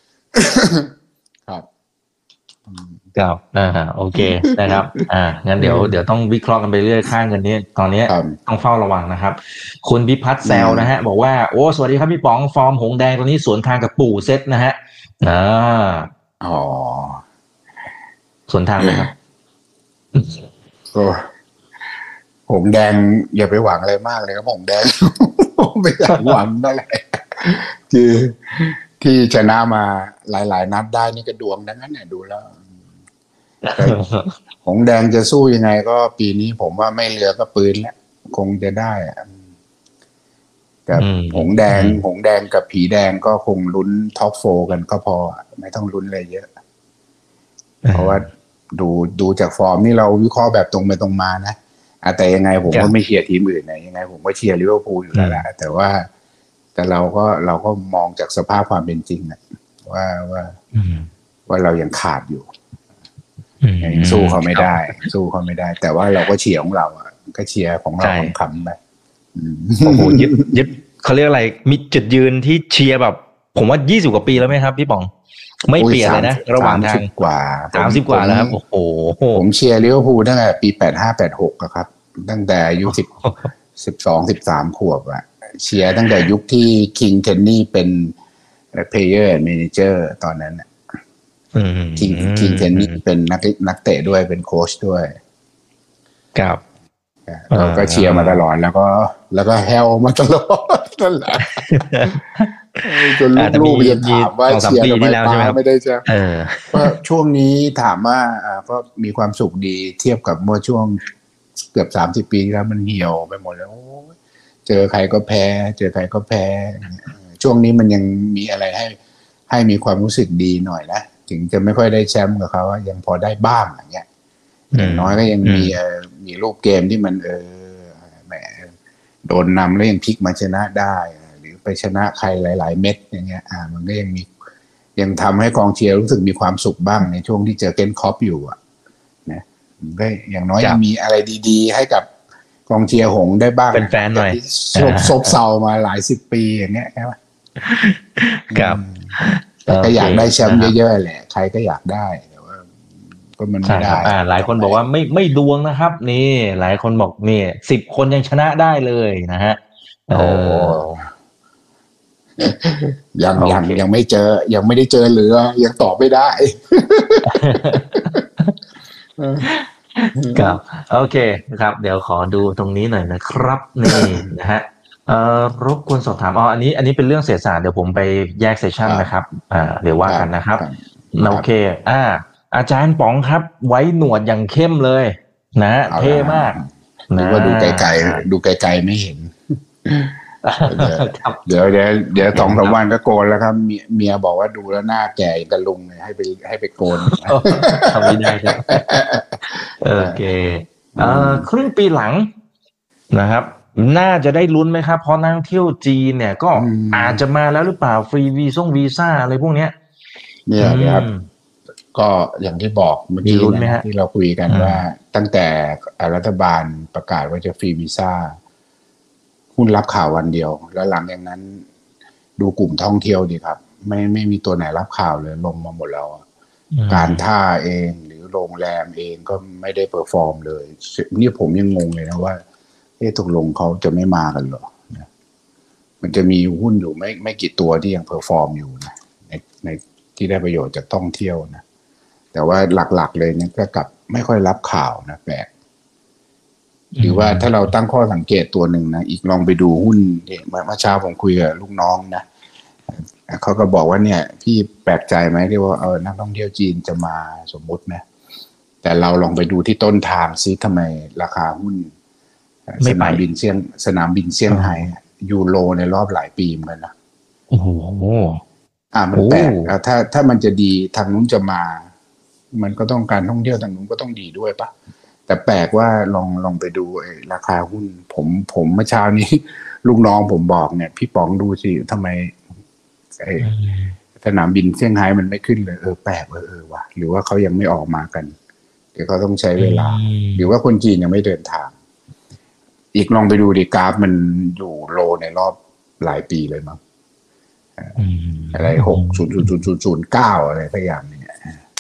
ครับครับอ่าโอเคนะครับอ่างั้นเดี๋ยวเดี๋ยวต้องวิเคราะห์กันไปเรื่อยค่าเงินนี้ตอนนี้ต้องเฝ้าระวังนะครับคุณพิพัฒน์แซวนะฮะบอกว่าโอ้สวัสดีครับพี่ป๋องฟอร์มหงแดงตอนนี้สวนทางกับปู่เซตนะฮะอ่าอ๋อสวนทางเลยครับก็หงแดงอย่าไปหวังอะไรมากเลยครับหงแดงไม่อยากหวังอะไรคือที่ชนะมาหลายๆนัดได้นี่ก็ดวงดังนั้นเนี่ยดูแล้วหงแดงจะสู้ยังไงก็ปีนี้ผมว่าไม่เรือก็ปืนแล้วคงจะได้กับหงแดงหงแดงกับผีแดงก็คงลุ้นท็อปโฟร์กันก็พอไม่ต้องลุ้นอะไรเยอะเพราะว่าดูดูจากฟอร์มนี่เราวิเคราะห์แบบตรงไปตรงมานะแต่ยังไงผมก็ไม่เชียร์ทีมอื่นนะยังไงผมก็เชียร์ลิเวอร์พูลอยู่แล้วแหละแต่ว่าแต่เราก็เราก็มองจากสภาพความเป็นจริงนะว่าว่าว่าเรายังขาดอยู่ยังสู้เขาไม่ได้สู้เขาไม่ได้แต่ว่าเราก็เชียร์ของเราอ่ะก็เชียร์ของเราขำๆไปโอ้โหยึดยึดเขาเรียกอะไรมีจุดยืนที่เชียร์แบบผมว่ายี่สิบกว่าปีแล้วไหมครับพี่ป๋องไม่เปลี่ยนเลยนะระหว่างทางกว่าสามสิบกว่าแล้วครับโอ้โหผมเชียร์ลิเวอร์พูลตั้งแต่ปีแปดห้า แปดหกอะครับตั้งแต่อายุสิบ สิบสอง สิบสามขวบอะเชียร์ตั้งแต่ยุคที่คิงเคนนี่เป็น player and manager ตอนนั้นคิงคิงเคนนี่เป็นนักนักเตะด้วยเป็นโค้ชด้วยครับเราก็เชียร์มาตลอดแล้วก็แล้วก็แฮลมาตลอดนั่นแหละจนลูกๆยังถามว่าเชียร์ทำไมป้าไม่ได้จ้ะเพราะช่วงนี้ถามว่าก็มีความสุขดีเทียบกับเมื่อช่วงเกือบสามสิบปีแล้วมันเหี่ยวไปหมดแล้วเจอใครก็แพ้เจอใครก็แพ้ช่วงนี้มันยังมีอะไรให้ให้มีความรู้สึกดีหน่อยนะถึงจะไม่ค่อยได้แชมป์กับเขายังพอได้บ้างอย่างเงี้ยอย่างน้อยก็ยังมีมีรูปเกมที่มันเออแหมโดนนำแล้วยังพลิกมาชนะได้หรือไปชนะใครหลายๆเม็ดอย่างเงี้ยอ่ามันก็ยังมียังทำให้กองเชียร์รู้สึกมีความสุขบ้างในช่วงที่เจอเกนคอปอยู่อ่ะนะก็อย่างน้อยยังมีอะไรดีๆให้กับกองเชียร์หงได้บ้างเป็นแฟนหน่อยซบเซามาหลายสิบปีอย่างเงี้ยใช่ไหมครับก็อยากได้แชมป์เยอะๆแหละใครก็อยากได้แต่ว่าก็มันไม่ได้อ่าหลายคนบอกว่าไม่ไม่ดวงนะครับนี่หลายคนบอกนี่สิบคนยังชนะได้เลยนะฮะโอ้ยังยังยังไม่เจอยังไม่ได้เจอเหลือยังตอบไม่ได้ครับโอเคครับเดี๋ยวขอดูตรงนี้หน่อยนะครับนี่นะฮะเอ่อรบกวนสอบถามอ๋ออันนี้อันนี้เป็นเรื่องเศรษฐศาสตร์เดี๋ยวผมไปแยกเซสชั่นนะครับอ่าเดี๋ยวว่ากันนะครับโอเคอ่าอาจารย์ป๋องครับไว้หนวดอย่างเข้มเลยนะเท่มากนะว่าดูไกลๆดูไกลๆไม่เห็นเดี๋ยวเดี๋ยวเดี๋ยวสองสามวันก็โกนแล้วครับเมียบอกว่าดูแล้วหน้าแก่กับลุงเลยให้ไปให้ไปโกนทำไม่ได้ครับโอเคเอ่อครึ่งปีหลังนะครับน่าจะได้ลุ้นไหมครับเพราะนักเที่ยวจีนเนี่ยก็อาจจะมาแล้วหรือเปล่าฟรีวีซ่งวีซ่าอะไรพวกเนี้ยเนี่ยนะครับก็อย่างที่บอกเมื่อกี้นะที่เราคุยกันว่าตั้งแต่รัฐบาลประกาศว่าจะฟรีวีซ่าหุ้นรับข่าววันเดียวแล้วหลังจากนั้นดูกลุ่มท่องเที่ยวดีครับไม่ไม่มีตัวไหนรับข่าวเลยลงมาหมดแล้วการท่าเองหรือโรงแรมเองก็ไม่ได้เปอร์ฟอร์มเลยนี่ผมยังงงเลยนะว่าเอ๊ะตกลงเขาจะไม่มากันหรอมันจะมีหุ้นอยู่ไม่ไม่กี่ตัวที่ยังเพอร์ฟอร์มอยู่นะในในที่ได้ประโยชน์จากท่องเที่ยวนะแต่ว่าหลักๆเลยเนี่ยก็กลับไม่ค่อยรับข่าวนะแปลกหรือว่าถ้าเราตั้งข้อสังเกตตัวหนึ่งนะอีกลองไปดูหุ้นเนี่ยเมื่อเช้าผมคุยกับลูกน้องนะเขาก็บอกว่าเนี่ยพี่แปลกใจไหมที่ว่าเออนักท่องเที่ยวจีนจะมาสมมุตินะแต่เราลองไปดูที่ต้นทางซิทำไมราคาหุ้นสนามบินเซี่ยงสนามบินเซี่ยงไฮ้ยูโรในรอบหลายปีเหมือนกันนะโอ้โหอ่ามันแปลกถ้าถ้ามันจะดีทางนู้นจะมามันก็ต้องการท่องเที่ยวทางนู้นก็ต้องดีด้วยปะแต่แปลกว่าลองลองไปดูไอ้ราคาหุ้นผมผมเมื่อเช้านี้ลูกน้องผมบอกเนี่ยพี่ป๋องดูสิทำไมไอ้สนามบินเซี่ยงไฮ้มันไม่ขึ้นเลยเออแปลกเออเออว่ะหรือว่าเขายังไม่ออกมากันเดี๋ยวเขาต้องใช้เวลาหรือว่าคนจีนยังไม่เดินทางอีกลองไปดูดิกราฟมันอยู่โลในรอบหลายปีเลยมั้งอะไรหกศูนย์ศูนย์ศูนย์ศูนย์ศูนย์เก้าอะไรสักอย่างเนี่ย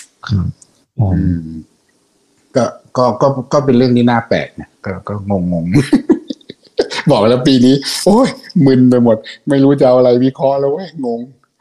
ก็ก็ก็ก็เป็นเรื่องที่น่าแปลกนะก็ก็งงงบอกแล้วปีนี้โอ้ยมึนไปหมดไม่รู้จะเอาอะไรวิเคราะห์แล้วเว้ยงง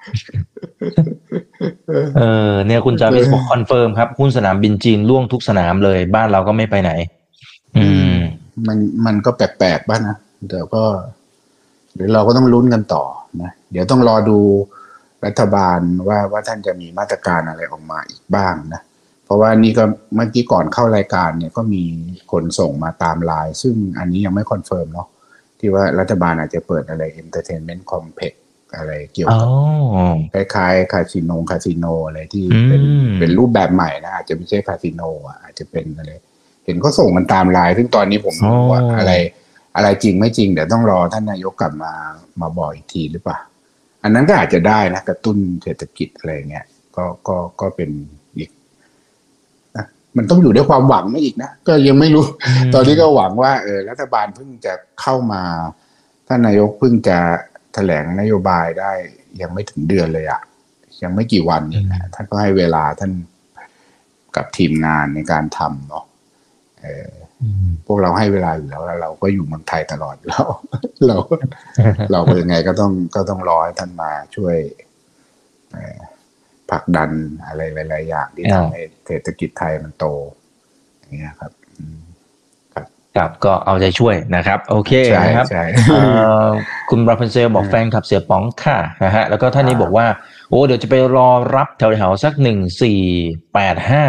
เออเนี่ยคุณจาวิสบอกคอนเฟิร์มครับหุ้นสนามบินจีนล่วงทุกสนามเลยบ้านเราก็ไม่ไปไหนอืมมันมันก็แปลกๆบ้างนะเดี๋ยวก็หรือเราก็ต้องลุ้นกันต่อนะเดี๋ยวต้องรอดูรัฐบาลว่าว่าท่านจะมีมาตรการอะไรออกมาอีกบ้างนะเพราะว่านี่ก็เมื่อกี้ก่อนเข้ารายการเนี่ยก็มีคนส่งมาตามไลน์ซึ่งอันนี้ยังไม่คอนเฟิร์มเนาะที่ว่ารัฐบาลอาจจะเปิดอะไร Entertainment Complex อะไรเกี่ยวกับคล้ายๆคาสิโนคาสิโนอะไรที่เป็นเป็นรูปแบบใหม่นะอาจจะไม่ใช่คาสิโนอ่ะอาจจะเป็นอะไรเห็นเขาส่งกันตามไลน์ซึ่งตอนนี้ผมไม่รู้ว่าอะไรอะไรจริงไม่จริงเดี๋ยวต้องรอท่านนายกกลับมามาบอกอีกทีหรือเปล่าอันนั้นก็อาจจะได้นะกระตุ้นเศรษฐกิจอะไรเงี้ยก็ก็ก็เป็นอีกนะมันต้องอยู่ด้วยความหวังไม่อีกนะก็ยังไม่รู้ตอนนี้ก็หวังว่าเออรัฐบาลเพิ่งจะเข้ามาท่านนายกเพิ่งจะแถลงนโยบายได้ยังไม่ถึงเดือนเลยอะยังไม่กี่วันนะท่านก็ให้เวลาท่านกับทีมงานในการทำเนาะเออพวกเราให้เวลาอยู่แล้วแล้วเราก็อยู่เมืองไทยตลอดแล้วเราเราก็ยังไงก็ต้องก็ต้องรอให้ท่านมาช่วยผลักดันอะไรหลายๆอย่างที่ทำให้เศรษฐกิจไทยมันโตอย่างเงี้ยครับครับก็เอาใจช่วยนะครับโอเคนะครับคุณราพันเซลบอกแฟนคลับเสียป๋องค่ะนะฮะแล้วก็ท่านนี้บอกว่าโอ้เดี๋ยวจะไปรอรับแถวๆสักหนึ่งสี่แปดห้า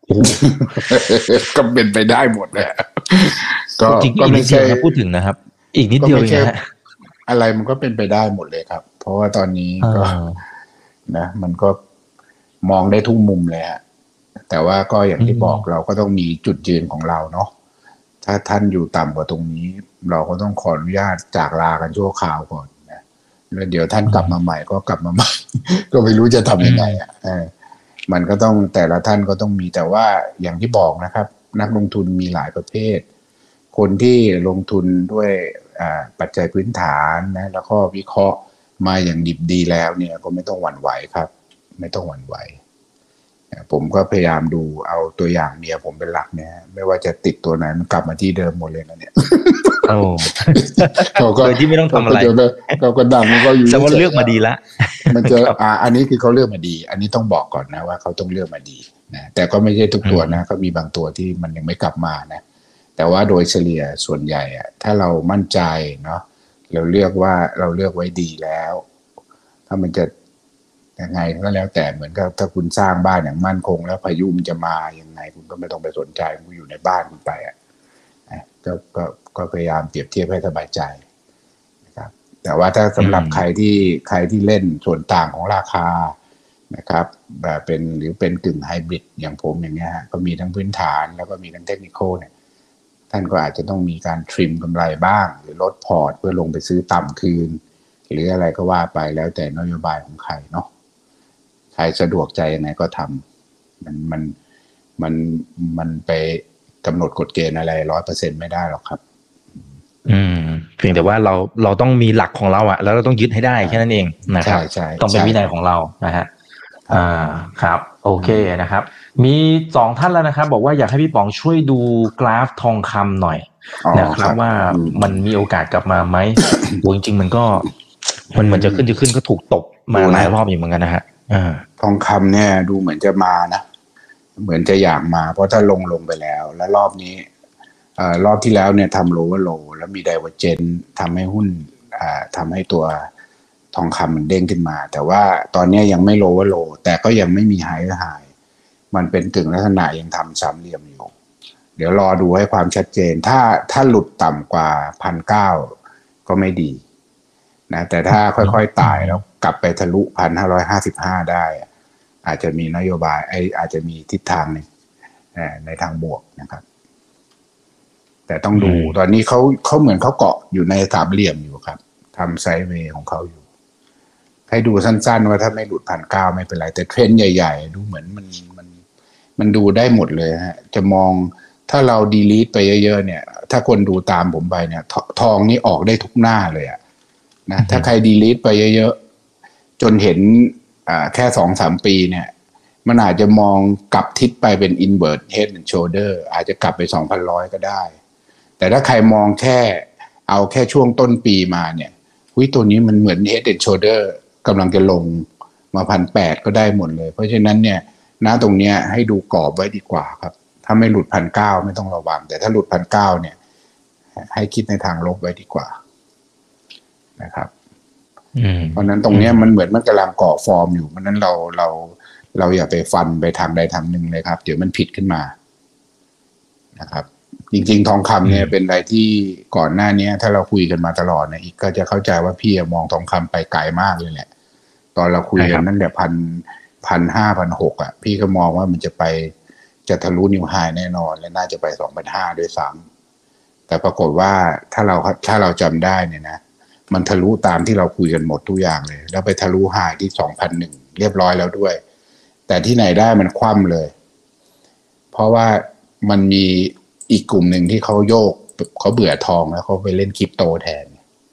ก็เป็นไปได้หมดเลยก็ก็ไม่ใช่พูดถึงนะครับอีกนิดเดียวเองนะอะไรมันก็เป็นไปได้หมดเลยครับเพราะว่าตอนนี้ก็นะมันก็มองได้ทุกมุมเลยฮะแต่ว่าก็อย่างที่บอกเราก็ต้องมีจุดยืนของเราเนาะถ้าท่านอยู่ต่ำกว่าตรงนี้เราก็ต้องขออนุญาตจากลากันชั่วคราวก่อนนะแล้วเดี๋ยวท่านกลับมาใหม่ก็กลับมาใหม่ ก็ไม่รู้จะทำยังไงอ่ะมันก็ต้องแต่ละท่านก็ต้องมีแต่ว่าอย่างที่บอกนะครับนักลงทุนมีหลายประเภทคนที่ลงทุนด้วยปัจจัยพื้นฐานนะแล้วก็วิเคราะห์มาอย่างดิบดีแล้วเนี่ยก็ไม่ต้องหวั่นไหวครับไม่ต้องหวั่นไหวผมก็พยายามดูเอาตัวอย่างเมียผมเป็นหลักเนี่ยไม่ว่าจะติดตัวไหนมันกลับมาที่เดิมหมดเลยนะเนี่ยโอ้เขาก็ที่ไม่ต้องทำอะไรเขาก็ดังมันก็อยู่แต่ว่าเลือกมาดีละมันจะอ่าอันนี้คือเขาเลือกมาดีอันนี้ต้องบอกก่อนนะว่าเขาต้องเลือกมาดีนะแต่ก็ไม่ใช่ทุกตัวนะก็มีบางตัวที่มันยังไม่กลับมานะแต่ว่าโดยเฉลี่ยส่วนใหญ่อะถ้าเรามั่นใจเนาะเราเลือกว่าเราเลือกไว้ดีแล้วถ้ามันจะยังไงก็แล้วแต่เหมือนกับถ้าคุณสร้างบ้านอย่างมั่นคงแล้วพายุมันจะมายังไงคุณก็ไม่ต้องไปสนใจคุณอยู่ในบ้านคุณไปอ่ะก็ก็ก็พยายามเปรียบเทียบให้สบายใจนะครับแต่ว่าถ้าสำหรับใครที่ใครที่เล่นส่วนต่างของราคานะครับแบบเป็นหรือเป็นกึ่งไฮบริดอย่างผมอย่างเงี้ยก็มีทั้งพื้นฐานแล้วก็มีทั้งเทคนิคเนี่ยท่านก็อาจจะต้องมีการทริมกำไรบ้างหรือลดพอร์ตเพื่อลงไปซื้อต่ำคืนหรืออะไรก็ว่าไปแล้วแต่นโยบายของใครเนาะใครสะดวกใจยังไงก็ทำมันมันมันมันไปกำหนดกฎเกณฑ์อะไรร้อยเปอร์เซ็นต์ไม่ได้หรอกครับอืมเพียงแต่ว่าเราเราต้องมีหลักของเราอะแล้วเราต้องยึดให้ได้แค่นั้นเองนะครับต้องเป็นวินัยของเรานะฮะอ่าครับโอเคนะครับมีสองท่านแล้วนะครับบอกว่าอยากให้พี่ป๋องช่วยดูกราฟทองคำหน่อยนะครับว่ามันมีโอกาสกลับมาไหมโอ้จริงๆมันก็มันเหมือนจะขึ้นจะขึ้นก็ถูกตบมาหลายรอบอยู่เหมือนกันนะฮะทองคำเนี่ยดูเหมือนจะมานะเหมือนจะอยากมาเพราะถ้าลงลงไปแล้วแล้วรอบนี้เอ่อรอบที่แล้วเนี่ยทำโลว์โลแล้วมีไดเวอร์เจนทำให้หุ้นอ่าทำให้ตัวทองคำมันเด้งขึ้นมาแต่ว่าตอนนี้ยังไม่โลว์โลแต่ก็ยังไม่มีไฮไฮมันเป็นกึ่งลักษณะยังทำสามเหลี่ยมอยู่เดี๋ยวรอดูให้ความชัดเจนถ้าถ้าหลุดต่ำกว่าพันเก้าก็ไม่ดีนะแต่ถ้าค่อยๆไต่แล้วกลับไปทะลุพันห้าร้อยห้าสิบห้าได้อาจจะมีนโยบายไออาจจะมีทิศทางในในทางบวกนะครับแต่ต้องดูตอนนี้เขาเขาเหมือนเขาเกาะอยู่ในสามเหลี่ยมอยู่ครับทำไซด์เวย์ของเขาอยู่ให้ดูสั้นๆว่าถ้าไม่หลุดพันเก้าไม่เป็นไรแต่เทรนด์ใหญ่ๆดูเหมือนมันมันมันดูได้หมดเลยฮะจะมองถ้าเราดีลีทไปเยอะๆเนี่ยถ้าคนดูตามผมไปเนี่ยทองนี่ออกได้ทุกหน้าเลยอะนะถ้าใครดีลีทไปเยอะๆจนเห็นอ่าแค่ สองถึงสาม ปีเนี่ยมันอาจจะมองกลับทิศไปเป็น invert head and shoulder อาจจะกลับไป สองพันหนึ่งร้อย ก็ได้แต่ถ้าใครมองแค่เอาแค่ช่วงต้นปีมาเนี่ยหุ้ยตัวนี้มันเหมือน head and shoulder กำลังจะลงมา หนึ่งพันแปดร้อย ก็ได้หมดเลยเพราะฉะนั้นเนี่ยณตรงเนี้ยให้ดูกรอบไว้ดีกว่าครับถ้าไม่หลุด หนึ่งพันเก้าร้อย ไม่ต้องระวังแต่ถ้าหลุด หนึ่งพันเก้าร้อย เนี่ยให้คิดในทางลบไว้ดีกว่านะครับเพราะนั้นตรงนี้มันเหมือนมันกำลังก่อฟอร์มอยู่เพราะนั้นเราเราเราอย่าไปฟันไปทางใดทางหนึ่งเลยครับเดี๋ยวมันผิดขึ้นมานะครับจริงๆทองคำเนี่ยเป็นอะไรที่ก่อนหน้านี้ถ้าเราคุยกันมาตลอดนะอีกก็จะเข้าใจว่าพี่มองทองคำไปไกลมากเลยแหละตอนเราคุยกันตั้งแต่พันพันห้าพันหกอ่ะพี่ก็มองว่ามันจะไปจะทะลุนิวไฮแน่นอนและน่าจะไปสองพันห้าด้วยซ้ำแต่ปรากฏว่าถ้าเราถ้าเราจำได้เนี่ยนะมันทะลุตามที่เราคุยกันหมดทุกอย่างเลยแล้วไปทะลุไฮที่ สองพันหนึ่ง เรียบร้อยแล้วด้วยแต่ที่ไหนได้มันคว่ำเลยเพราะว่ามันมีอีกกลุ่มหนึ่งที่เขาโยกเขาเบื่อทองแล้วเขาไปเล่นคริปโตแทนพ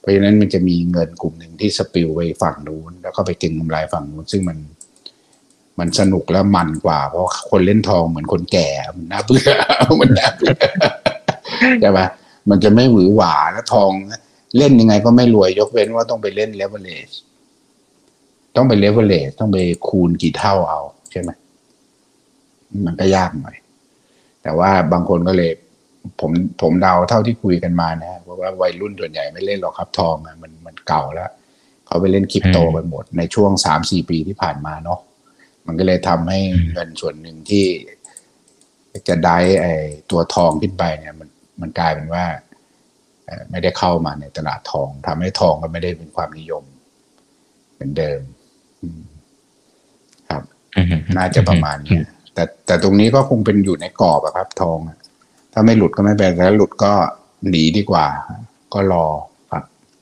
ราะฉะนั้นมันจะมีเงินกลุ่มหนึ่งที่สปิลไปฝั่งนู้นแล้วก็ไปเก็งกำไรฝั่งนู้นซึ่งมันมันสนุกและมันกว่าเพราะคนเล่นทองเหมือนคนแก่มันน่าเบื่อมันน่าเบื่อใช่ไหมมันจะไม่หวือหวาแล้วทองเล่นยังไงก็ไม่รวยยกเว้นว่าต้องไปเล่นเลเวอเรจต้องไปเลเวอเรจต้องไปคูณกี่เท่าเอาใช่ไหมมันก็ยากหน่อยแต่ว่าบางคนก็เลยผมผมเดาเท่าที่คุยกันมานะเพราะว่าวัยรุ่นส่วนใหญ่ไม่เล่นหรอกครับทองอ่ะมันมันเก่าแล้วเขาไปเล่นคริปโตกันหมดในช่วง สามสี่ ปีที่ผ่านมาเนาะมันก็เลยทำให้เงินส่วนหนึ่งที่จะได้ไอ้ตัวทองขึ้นไปเนี่ยมันมันกลายเป็นว่าไม่ได้เข้ามาในตลาดทองทำให้ทองก็ไม่ได้เป็นความนิยมเหมือนเดิมครับน่าจะประมาณนี้แต่แต่ตรงนี้ก็คงเป็นอยู่ในกรอบอะครับทองถ้าไม่หลุดก็ไม่เป็นแล้วหลุดก็หนีดีกว่าก็รอครับ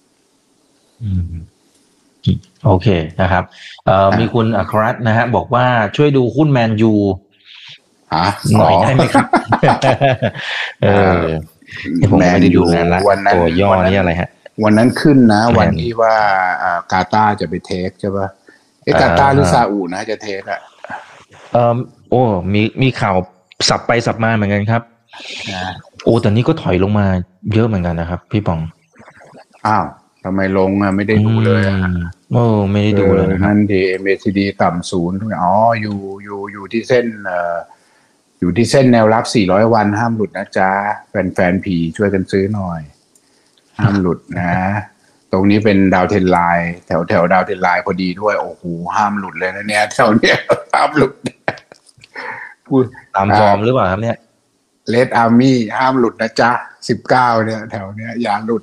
โอเคนะครับเอ่อมีคุณอัครรัตน์นะฮะบอกว่าช่วยดูหุ้นแมนยูหน่อยได้ไหมครับเออผมไม่ได้ดูนานละตัวย่อนี่อะไรฮะวันนั้นขึ้นนะวันที่ว่ากาตาร์จะไปเทคใช่ป่ะเอ๊ะกาตาร์หรือซาอุนะจะเทคอ่ะเออโอ้มีมีข่าวสับไปสับมาเหมือนกันครับโอ้แต่นี่ก็ถอยลงมาเยอะเหมือนกันนะครับพี่ป๋องอ้าวทำไมลงอ่ะไม่ได้ดูเลยอ่ะโอ้ไม่ได้ดูเลยนั่นดี เอ็ม เอ ซี ดี ต่ำศูนย์อ๋ออยู่อยู่อยู่ที่เส้นเอ่ออยู่ที่เส้นแนวรับสี่ร้อยวันห้ามหลุดนะจ๊ะแฟนๆผีช่วยกันซื้อหน่อยห้ามหลุดนะตรงนี้เป็นดาวเทนไลน์แถวแถวดาวเทนไลน์พอดีด้วยโอ้โหห้ามหลุดเลยนะเนี่ยแถวเนี้ยห้ามหลุดตามฟอร์มหรือเปล่าครับเนี่ยเลดอาร์มี่ห้ามหลุดนะจ๊ะสิบเก้าเนี่ยแถวเนี้ยอย่าหลุด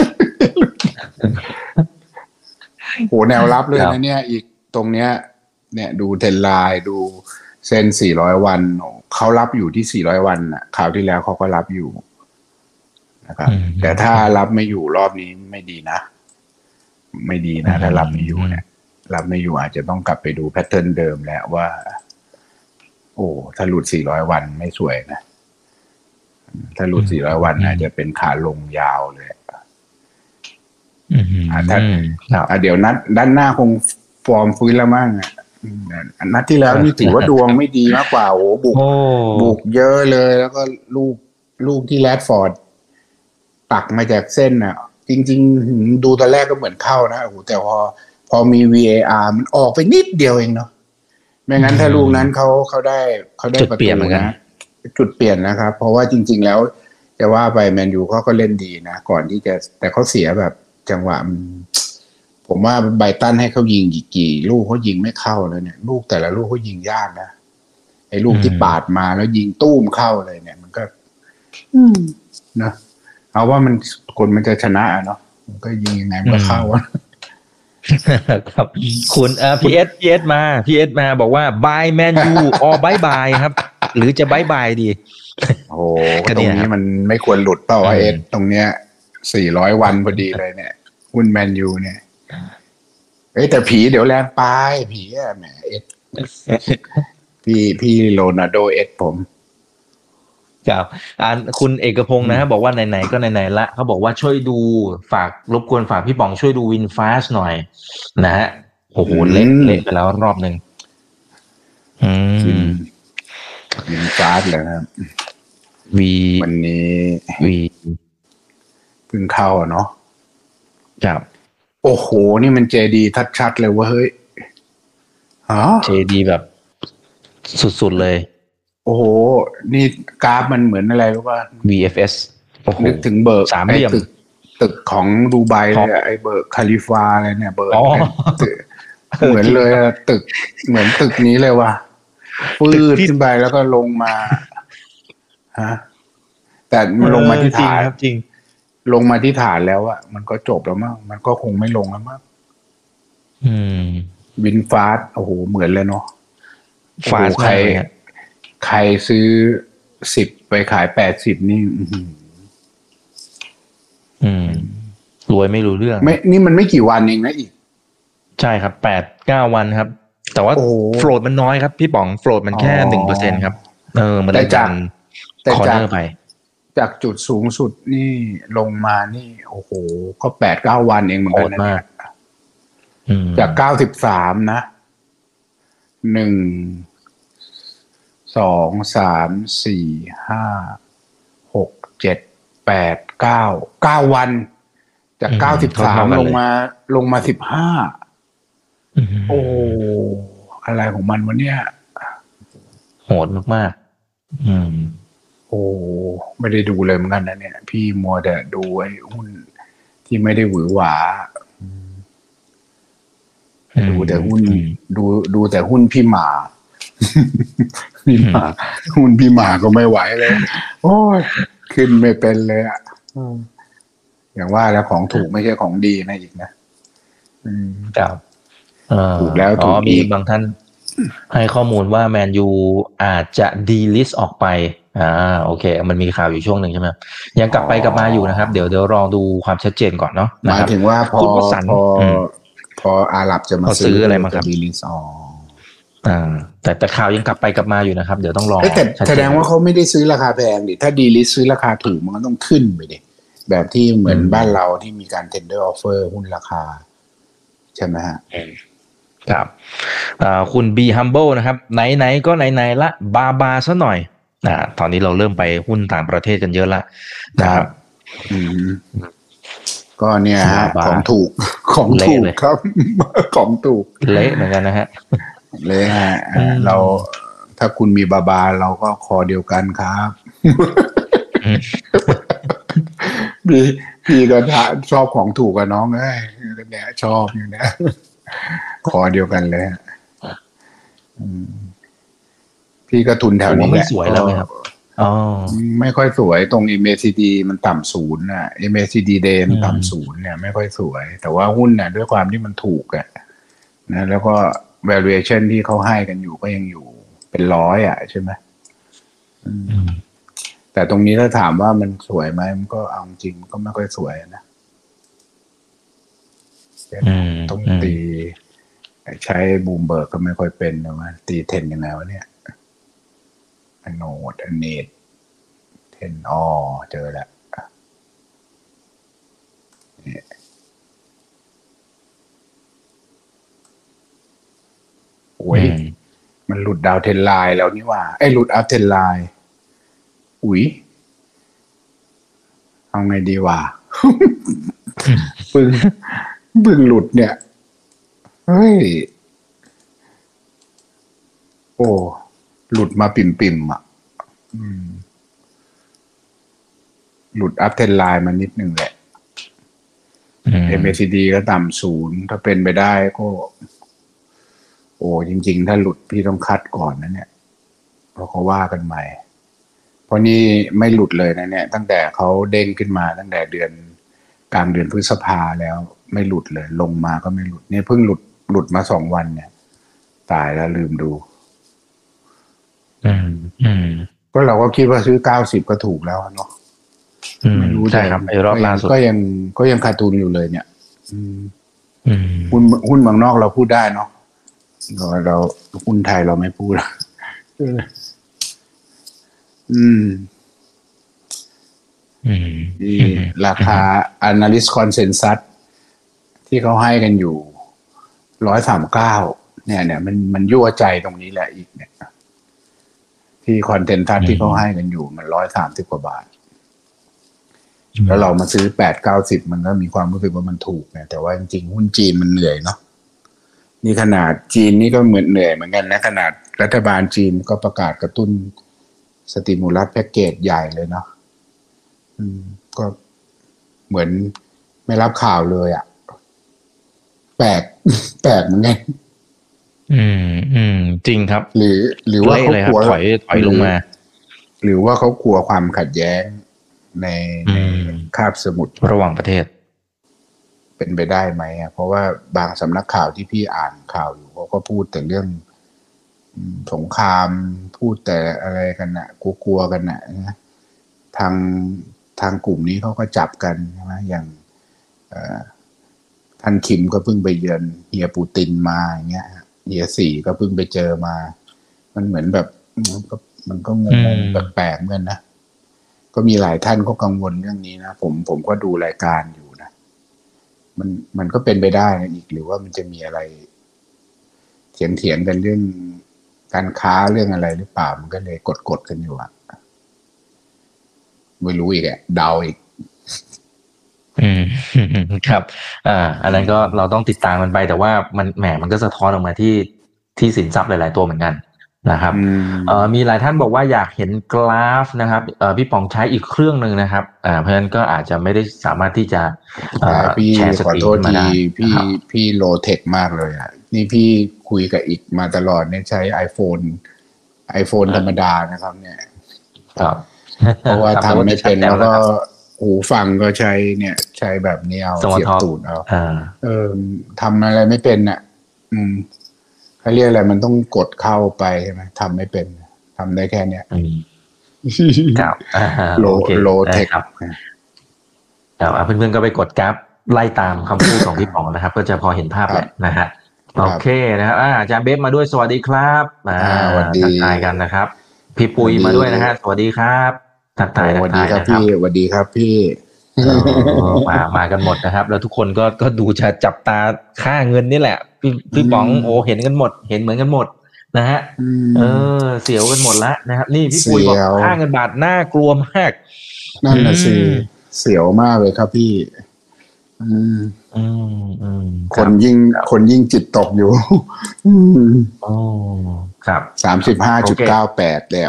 โหแนวรับเลยนะเนี่ยอีกตรงเนี้ยเนี่ยดูเทนไลน์ดูเส้นสี่ร้อยวันเขารับอยู่ที่สี่ร้อยวันน่ะคราวที่แล้วเขาก็รับอยู่นะครับแต่ถ้ารับไม่อยู่รอบนี้ไม่ดีนะไม่ดีนะถ้ารับไม่อยู่เนี่ยรับไม่อยู่อาจจะต้องกลับไปดูแพทเทิร์นเดิมแล้วว่าโอ้ถ้าหลุดสี่ร้อยวันไม่สวยนะถ้าหลุดสี่ร้อยวันอาจจะเป็นขาลงยาวเลยอืมถ้าเดี๋ยวนัดด้านหน้าคงฟอร์มฟื้นแล้วมั้งนัดที่แล้วนี่ถือว่าดวงไม่ดีมากกว่าโอ้บุกบุกเยอะเลยแล้วก็ลูกลูกที่แรดฟอร์ดปักมาจากเส้นน่ะจริงๆดูตอนแรกก็เหมือนเข้านะโอ้แต่พอพอมี วี เอ อาร์ มันออกไปนิดเดียวเองเนาะไม่งั้นถ้าลูกนั้นเขาเขาได้เขาได้ประตูนะจุดเปลี่ยนนะครับเพราะว่าจริงๆแล้วจะว่าไปแมนยูเขาก็เล่นดีนะก่อนที่จะแต่เขาเสียแบบจังหวะผมว่าไบรตันให้เขายิงกี่ลูกเขายิงไม่เข้าเลยเนี่ยลูกแต่ละลูกเขายิงยากนะไอ้ลูกที่ปาดมาแล้วยิงตุ้มเข้าเลยเนี่ยมันก็นะเอาว่ามันคนมันจะชนะเนาะมันก็ยิงยังไงมันก็เข้าครับคุณเอ่อพีเอสพีเอสมาพีเอสมาบอกว่า buy Man U or bye bye ครับหรือจะ bye bye ดีโอ้ตรงนี้มันไม่ควรหลุดเปล่าวะเอสตรงเนี้ยสี่ร้อยวันพอดีเลยเนี่ยหุ้นแมนยูเนี่ยเอ้แต่ผีเดี๋ยวแรงไปผีอ่ะแหมเอสพี่พี่โรนัลโดเอสผมครับอ่าคุณเอกพงศ์นะฮะบอกว่าไหนๆก็ไหนๆละเขาบอกว่าช่วยดูฝากรบกวนฝากพี่ป๋องช่วยดูวินฟาสหน่อยนะฮะโอ้โหเละเละไปแล้วรอบนึงอืมวินฟาสเลยครับวีวันนี้วีเพิ่งเข้าอ่ะเนาะครับโอ้โหนี่มันเจดีชัดๆเลยว่าเฮ้ยฮะเจดีแบบสุดๆเลยโอ้โหนี่กราฟมันเหมือนอะไรรู้ป่ะวี เอฟ เอส โอ้โหนึกถึงเบิร์กสามเหลี่ยมตึกตึกของดูไบเลยไอ้เบิร์กคาลิฟาอะไรเนี่ยเบิร์กเหมือนเลยตึกเหมือนตึกนี้เลยว่ะปื้ดขึ้นไปแล้วก็ลงมาฮะแต่มันลงมาที่ฐานจริงลงมาที่ฐานแล้วอะมันก็จบแล้วมั้งมันก็คงไม่ลงแล้วมั้งอืมวินฟาสโอ้โหเหมือนเลยเนาะฟาสใครใครซื้อสิบไปขายแปดสิบนี่อืมรวยไม่รู้เรื่องไม่นี่มันไม่กี่วันเองนะอีกใช่ครับแปดเก้าวันครับแต่ว่าโฟลดมันน้อยครับพี่ป๋องโฟลดมันแค่หนึ่งเปอร์เซ็นต์ครับเออมันได้จังคอร์เนอร์ไปจากจุดสูงสุดนี่ลงมานี่โอ้โหก็แปดเก้าวันเองเหมือนกันนะเนี่ยจากเก้าสิบสามนะหนึ่งสองสามสี่ห้าหกเจ็ดแปดเก้าเก้าวันจากเก้าสิบสามลงมาลงมาสิบห้าโอ้อะไรของมันวะเนี่ยโหดมากๆอืมโอ้ไม่ได้ดูเลยเหมือนกันนะเนี่ยพี่มัวแต่ดูไอ้หุ้นที่ไม่ได้หวือหวาดูแต่หุ้นดูดูแต่หุ้นพี่หมาพี่หมาหุ้นพี่หมาก็ไม่ไหวเลยโอ้ยขึ้นไม่เป็นเลยอ่ะอย่างว่าแล้วของถูกไม่ใช่ของดีนะอีกนะครับถูกแล้วถูกมีบางท่านให้ข้อมูลว่าแมนยูอาจจะดีลิสต์ออกไปอ่าโอเคมันมีข่าวอยู่ช่วงหนึ่งใช่ไหมยังกลับไปกลับมาอยู่นะครับเดี๋ยวเดี๋ยวรอดูความชัดเจนก่อนเนาะหมายถึงว่าพอพอพออาหรับจะมาซื้ออะไรมาครับดีลิสต์อ๋ออ่าแต่แต่ข่าวยังกลับไปกลับมาอยู่นะครับเดี๋ยวต้องรอแต่แสดงว่าเขาไม่ได้ซื้อราคาแพงดิถ้าดีลิสต์ซื้อราคาถูกมันก็ต้องขึ้นไปดิแบบที่เหมือนบ้านเราที่มีการ tender offer หุ้นราคาใช่ไหมฮะครับคุณ B Humble นะครับไหนๆก็ไหนๆละบาบาซะหน่อยอ่าตอนนี้เราเริ่มไปหุ้นต่างประเทศกันเยอะละนะครับอืมก็เนี่ยฮะของถูกของถูกครับของถูกเละเหมือนกันนะฮะเละฮะเราถ้าคุณมีบาบาเราก็คอเดียวกันครับพี่พี่ก็ชอบของถูกกับน้องเอ้ยเนี่ยชอบอยู่นะคอเดียวกันเลยพี่ก็ทุนแถวนี้แหละสวยแล้วไหมครับอ๋อไม่ค่อยสวยตรง เอ็ม เอ ซี ดี มันต่ำศูนย์น่ะ เอ็ม เอ ซี ดี Day มันต่ำศูนย์เนี่ยไม่ค่อยสวยแต่ว่าหุ้นน่ะด้วยความที่มันถูกอ่ะนะแล้วก็ valuation ที่เขาให้กันอยู่ก็ยังอยู่เป็นร้อยอ่ะใช่ไหมแต่ตรงนี้ถ้าถามว่ามันสวยไหมมันก็เอาจริงก็ไม่ค่อยสวยนะต้องตีใช้บูมเบิร์กก็ไม่ค่อยเป็นนะว่าตีเทนยังไงวะเนี่ยอันโนดอันเนตเทนอ๋อเจอแล้วโอ้ยมันหลุดดาวเทนไลน์แล้วนี่ว่าไอ้หลุดอัพเทนไลน์อุ๊ยเอาไงดีวะปึ้งบึ้งหลุดเนี่ยเฮ้ยโอ้หลุดมาปิ่มปิ่มอ่ะหลุดอัพเทนไลน์มานิดนึงแหละ เอ็ม เอ ซี ดี ก็ต่ำศูนย์ถ้าเป็นไปได้ก็โอ้จริงๆถ้าหลุดพี่ต้องคัดก่อนนะเนี่ยเพราะเขาว่ากันใหม่เพราะนี่ไม่หลุดเลยนะเนี่ยตั้งแต่เขาเด้งขึ้นมาตั้งแต่เดือนกลางเดือนพฤษภาแล้วไม่หลุดเลยลงมาก็ไม่หลุดเนี่ยเพิ่งหลุดหลุดมาสองวันเนี่ยตายแล้วลืมดูอืมอืมก็เราก็คิดว่าซื้อเก้าสิบก็ถูกแล้วเนาะไม่รู้ใช่ครับไอ้รอบล่าสุดก็ยังก็ยังขาดทุนอยู่เลยเนี่ยอืมอืมหุ้นหุ้นเมืองนอกเราพูดได้เนาะเราเราหุ้นไทยเราไม่พูดอืมนี่ราคา analyst consensus ที่เขาให้กันอยู่หนึ่งร้อยสามสิบเก้าเนี่ยเนี่ยมันมันยั่วใจตรงนี้แหละอีกเนี่ยที่คอนเทนทัสที่เขาให้กันอยู่มันหนึ่งร้อยสามสิบกว่าบาทแล้วเรามาซื้อแปด เก้าสิบมันก็มีความรู้สึกว่ามันถูกนะแต่ว่าจริงๆหุ้นจีนมันเหนื่อยเนาะนี่ขนาดจีนนี่ก็เหมือนเหนื่อยเหมือนกันนะขนาดรัฐบาลจีนก็ประกาศกระตุ้นสติมูลัสแพ็กเกจใหญ่เลยเนาะอืมก็เหมือนไม่รับข่าวเลยอ่ะแปลกแปลกเหมือนกันอืมอืมจริงครับหรือหรือว่าเขากลัวถอยถอยลงมาหรือว่าเขากลัวความขัดแย้งในในคาบสมุทรระหว่างประเทศเป็นไปได้ไหมอ่ะเพราะว่าบางสำนักข่าวที่พี่อ่านข่าวอยู่เขาก็พูดแต่เรื่องสงครามพูดแต่อะไรกันน่ะกลัวๆกันน่ะนะทางทางกลุ่มนี้เขาก็จับกันใช่ไหมอย่างท่านคิมก็เพิ่งไปเยือนเฮียปูตินมาอย่างเงี้ยเฮียสี่ก็เพิ่งไปเจอมามันเหมือนแบบมันก็มันก็งงๆแปลกๆเหมือนกันนะก็มีหลายท่านก็กังวลเรื่องนี้นะผมผมก็ดูรายการอยู่นะมันมันก็เป็นไปได้นะอีกหรือว่ามันจะมีอะไรเถียงเถียงกันเรื่องการค้าเรื่องอะไรหรือเปล่ามันก็เลยกดกดกันอยู่อะไม่รู้อีกอะเดาอีกอืมครับอ่าอันนั้นก็เราต้องติดตามมันไปแต่ว่ามันแหมมันก็สะท้อนออกมาที่ที่สินทรัพย์หลายๆตัวเหมือนกันนะครับเอ่อมีหลายท่านบอกว่าอยากเห็นกราฟนะครับเอ่อพี่ป๋องใช้อีกเครื่องนึงนะครับอ่าเพราะฉะนั้นก็อาจจะไม่ได้สามารถที่จะเอ่อพี่แชร์สขอกรีนโทษขึ้นมาทีได้พี่ครับพี่โลเทคมากเลยอ่ะนี่พี่คุยกับอีกมาตลอดเนี่ยใช้ iPhone iPhone ธรรมดานะครับเนี่ยครับเพราะว่าทำไม่เป็นแล้วก็หูฟังก็ใช้เนี่ยใช้แบบนี้เอาเสียบตูดเอาเออทำอะไรไม่เป็นอ่ะอืมเขาเรียกอะไรมันต้องกดเข้าไปใช่ไหมทำไม่เป็นทำได้แค่เนี้ยครับโลโลเทคครับเพื่อนๆก็ไปกดกราฟไล่ตามคำพูดของพี่ป๋องนะครับก็จะพอเห็นภาพแหละนะฮะโอเคนะครับอาจารย์เบฟมาด้วยสวัสดีครับอ่าทักทายกันนะครับพี่ปุยมาด้วยนะฮะสวัสดีครับทักทายทักทายนะครับสวัสดีครับพี่มามากันหมดนะครับแล้วทุกคนก็ก็ดูจะจับตาค่าเงินนี่แหละพี่พี่ป๋องโอ้เห็นกันหมดเห็นเหมือนกันหมดนะฮะเออเสียวกันหมดละนะครับนี่พี่ปุยบอกค่าเงินบาทน่ากลัวมากนั่นน่ะสิเสียวมากเลยครับพี่อืมอืมอืมคนยิ่งคนยิ่งจิตตกอยู่อืมอ๋อครับสามสิบห้าจุดเก้าแปดแล้ว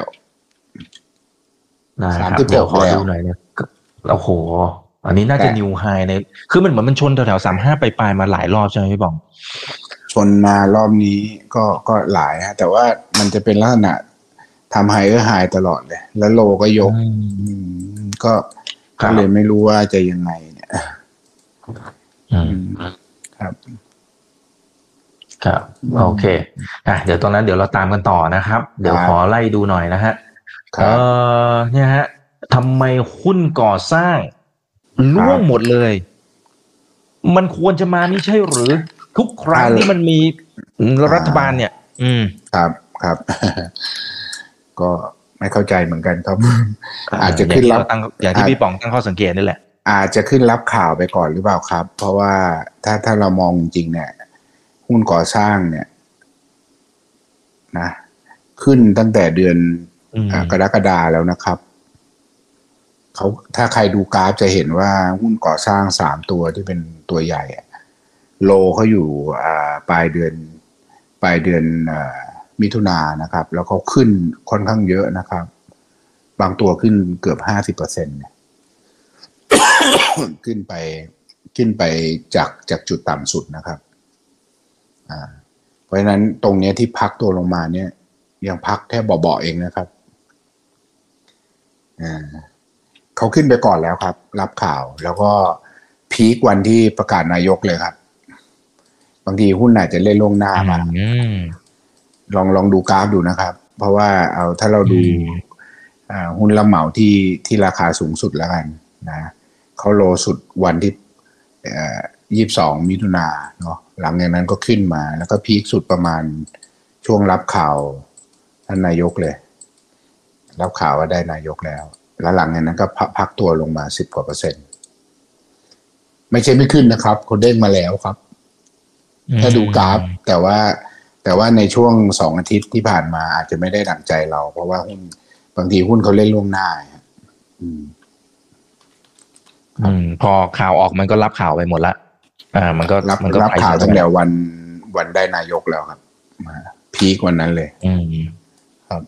สามสิบหกแล้วหน่อยเนี่ยโอ้โหอันนี้น่าจะนิวไฮในคือมันเหมือนมันชนแถวๆสามห้าไปปลายมาหลายรอบใช่ไหมพี่ป๋องชนมารอบนี้ก็ก็หลายฮะแต่ว่ามันจะเป็นลักษณะทำไฮเออร์ไฮตลอดเลยแล้วโลก็ยกก็ก็เลยไม่รู้ว่าจะยังไงเนี่ยครับครับโอเคอ่ะเดี๋ยวตรงนั้นเดี๋ยวเราตามกันต่อนะครับเดี๋ยวขอไล่ดูหน่อยนะฮะเออเนี่ยฮะทำไมหุ้นก่อสร้างร่วงหมดเลยมันควรจะมาไม่ใช่หรือทุกครั้งที่มันมีรัฐบาลเนี่ยอืมครับครับก็ไม่เข้าใจเหมือนกันครับอาจจะขึ้นรับอย่างที่พี่ป๋องตั้งข้อสังเกตนี่แหละอาจจะขึ้นรับข่าวไปก่อนหรือเปล่าครับเพราะว่าถ้าถ้าเรามองจริงเนี่ยหุ้นก่อสร้างเนี่ยนะขึ้นตั้งแต่เดือนกรกฎาแล้วนะครับเขาถ้าใครดูกราฟจะเห็นว่าหุ้นก่อสร้างสามตัวที่เป็นตัวใหญ่โลเขาอยู่ปลายเดือนปลายเดือนมิถุนายนนะครับแล้วเขาขึ้นค่อนข้างเยอะนะครับบางตัวขึ้นเกือบห้าสิบเปอร์เซ็นต์เนี่ย ขึ้นไปขึ้นไปจากจากจุดต่ำสุดนะครับอ่าเพราะฉะนั้นตรงนี้ที่พักตัวลงมาเนี่ยยังพักแค่เบาๆเองนะครับอ่าเขาขึ้นไปก่อนแล้วครับรับข่าวแล้วก็พีควันที่ประกาศนายกเลยครับบางทีหุ้นอาจจะเล่นล่วงหน้ามาลองลองดูกราฟดูนะครับเพราะว่าเอาถ้าเราดูหุ้นรับเหมาที่ที่ราคาสูงสุดแล้วกันนะเขาโลสุดวันที่ยี่สิบสองมิถุนายนเนาะหลังจากนั้นก็ขึ้นมาแล้วก็พีคสุดประมาณช่วงรับข่าวท่านนายกเลยรับข่าวว่าได้นายกแล้วแล้วหลังจากนั้นก็พักตัวลงมาสิบกว่าเปอร์เซ็นต์ไม่ใช่ไม่ขึ้นนะครับเขาเด้งมาแล้วครับถ้าดูกราฟแต่ว่าแต่ว่าในช่วงสองอาทิตย์ที่ผ่านมาอาจจะไม่ได้ดั่งใจเราเพราะว่าหุ้นบางทีหุ้นเขาเล่นล่วงหน้าอืมอืมพอข่าวออกมันก็รับข่าวไปหมดละอ่ามันก็รับมันก็รับข่าวตั้งแต่วันวันได้นายกแล้วครับมาพีควันนั้นเลยอืมครับ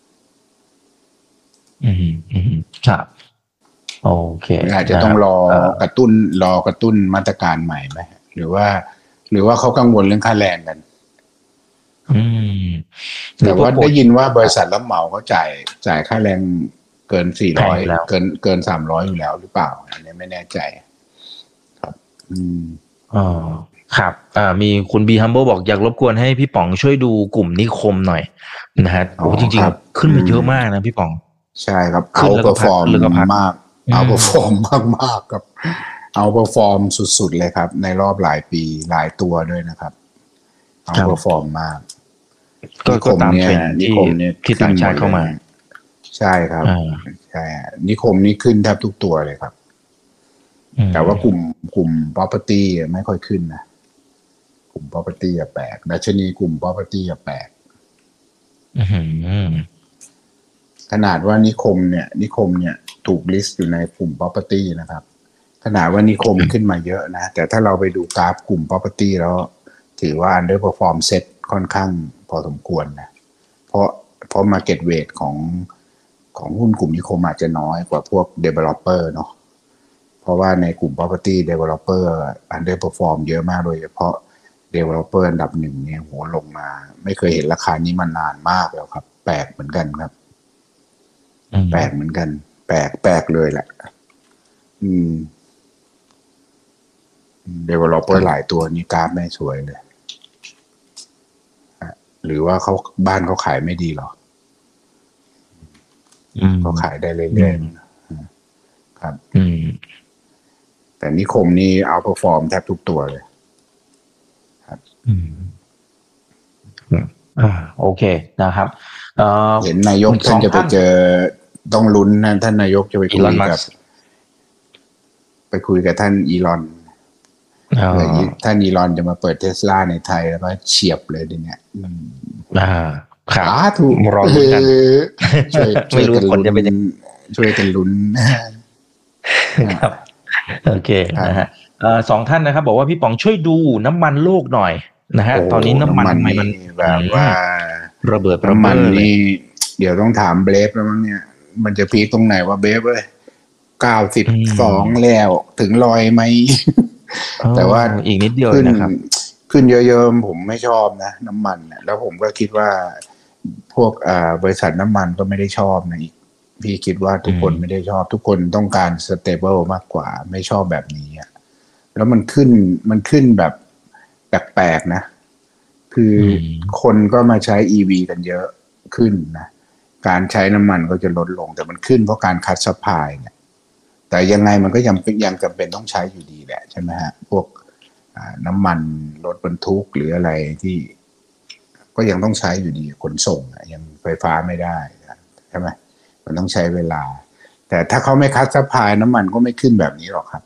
อืมอืมครับโอเคอาจจะต้องรอกระตุ้นรอกระตุ้นมาตรการใหม่ไหมหรือว่าหรือว่าเขากังวลเรื่องค่าแรงกันอืมแต่ว่าได้ยินว่าบริษัทรับเหมาเขาจ่ายจ่ายค่าแรงเกินสี่ร้อยเกินเกินสามร้อยอยู่แล้วหรือเปล่าอันนี้ไม่แน่ใจครับอืมอ๋อครับอ่ามีคุณบีฮัมเบิลบอกอยากรบกวนให้พี่ป๋องช่วยดูกลุ่มนิคมหน่อยนะฮะโอ้จริงๆขึ้นมาเยอะมากนะพี่ป๋องใช่ครับเอาเปอร์ฟอร์มมากเอาเปอร์ฟอร์มมากมากครับเอาเปอร์ฟอร์มสุดๆเลยครับในรอบหลายปีหลายตัวด้วยนะครับเอาเปอร์ฟอร์มมากก็ตามเทรนด์ที่ที่ต่างชาติเข้ามาใช่ครับใช่นิคมนี่ขึ้นแทบทุกตัวเลยครับแต่ว่ากลุ่มกลุ่ม property ไม่ค่อยขึ้นนะกลุ่ม property อะแปลกดัชนีกลุ่ม property อะแปลกขนาดว่านิคมเนี่ยนิคมเนี่ยถูกลิสต์อยู่ในกลุ่ม property นะครับขนาดว่านิคมขึ้นมาเยอะนะแต่ถ้าเราไปดูกราฟกลุ่ม property แล้วถือว่า underperform set ค่อนข้างพอสมควรนะเพราะเพราะ market weight ของของหุ้นกลุ่มนิคมอาจจะน้อยกว่าพวก developer เนาะเพราะว่าในกลุ่ม property developer underperform เยอะมากโดยเฉพาะ developer อันดับหนึ่งเนี่ยโหลงมาไม่เคยเห็นราคานี้มานานมากแล้วครับแปลกเหมือนกันครับแปลกเหมือนกันแปลกแปลกเลยแหละอืม developer หลายตัวนี่กราฟไม่สวยเลยหรือว่าเขาบ้านเขาขายไม่ดีหรอเขาขายได้เรื่อยๆครับแต่นิคมนี่เอาเพอร์ฟอร์มแทบทุกตัวเลยครับอ่าโอเคนะครับเอ่อเห็นนายกท่านจะไปเจอต้องลุ้นนะท่านนายกจะไปคุยกับไปคุยกับท่านอีลอนเผื่อท่านอีลอนจะมาเปิดเทสลาในไทยแล้วก็เฉียบเลยทีเนี้ยอ่าครับถูกรอลุ้นกันช่วยช่วยกันลุ้นช่วยกันลุ้นครับโอเคนะฮะสองท่านนะครับบอกว่าพี่ป๋องช่วยดูน้ำมันโลกหน่อยนะฮะตอนนี้น้ำมันทำไมมันแบบว่าระเบิดน้ำมันนี่เดี๋ยวต้องถามเบรฟแล้วมั้งเนี่ยมันจะพีคตรงไหนว่าเบรฟเอ้ยเก้าสิบสองแล้วถึงร้อยไหมแต่ว่าอีกนิดเดียวนะครับขึ้นเยอะๆผมไม่ชอบนะน้ำมันแล้วผมก็คิดว่าพวกบริษัทน้ำมันก็ไม่ได้ชอบนะอีกพี่คิดว่าทุกคนไม่ได้ชอบทุกคนต้องการสเตเบิลมากกว่าไม่ชอบแบบนี้อ่ะแล้วมันขึ้นมันขึ้นแบบแปลกๆนะคือคนก็มาใช้ อี วี กันเยอะขึ้นนะการใช้น้ำมันก็จะลดลงแต่มันขึ้นเพราะการคัดซัพพลายเนี่ยแต่ยังไงมันก็ยังยังจำเป็นต้องใช้อยู่ดีแหละใช่ไหมฮะพวกน้ำมันรถบรรทุกหรืออะไรที่ก็ยังต้องใช้อยู่ดีขนส่งยังไฟฟ้าไม่ได้ใช่ไหมมันต้องใช้เวลาแต่ถ้าเขาไม่คัดซัพพลายน้ำมันก็ไม่ขึ้นแบบนี้หรอกครับ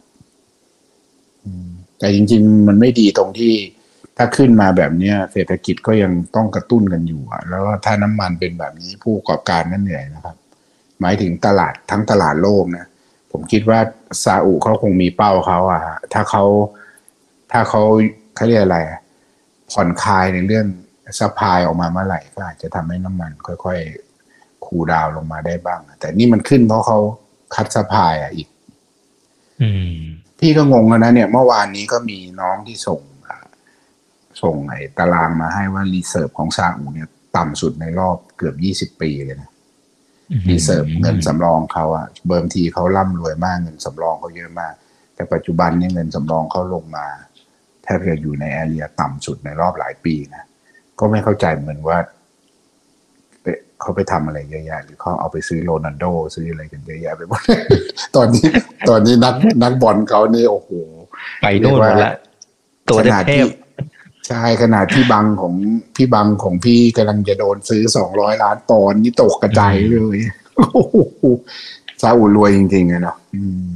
แต่จริงๆมันไม่ดีตรงที่ถ้าขึ้นมาแบบนี้เศรษฐกิจก็ยังต้องกระตุ้นกันอยู่แล้วถ้าน้ำมันเป็นแบบนี้ผู้ประกอบการก็เหนื่อยนะครับหมายถึงตลาดทั้งตลาดโลกนะผมคิดว่าซาอุเขาคงมีเป้าเขาอะถ้าเขาถ้าเขาเขาเรียกอะไรผ่อนคลายในเรื่องซัพพลายออกมาเมื่อไหร่ก็อาจจะทำให้น้ำมันค่อยๆคูลดาวน์ลงมาได้บ้างแต่นี่มันขึ้นเพราะเขาคัดซัพพลายอะอีกพี่ก็งงแล้วนะเนี่ยเมื่อวานนี้ก็มีน้องที่ส่งส่งไอ้ตารางมาให้ว่ารีเซิร์ฟของซาอุเนี่ยต่ำสุดในรอบเกือบยี่สิบปีเลยนะรีเซิร์ฟเงินสำรองเขาอะเบิร์มทีเขาร่ำรวยมากเงินสำรองเขาเยอะมากแต่ปัจจุบันเนี่ยเงินสำรองเขาลงมาแทบจะอยู่ในแอเรียต่ำสุดในรอบหลายปีนะก็ไม่เข้าใจเหมือนว่าเขาไปทำอะไรเยอะแยะหรือเขาเอาไปซื้อโรนัลโดซื้ออะไรกันเยอะแยะไปหมด ตอนนี้ตอนนี้นักนักบอลเขานี่โอ้โหไปโน่นหมดละตัวเทพใช่ขนาดพี่บังของพี่บังของพี่กำลังจะโดนซื้อสองร้อยล้านปอนด์นี่ตกกระจายเลยโอ้โหซาอุรวยจริงๆเลยเนาะ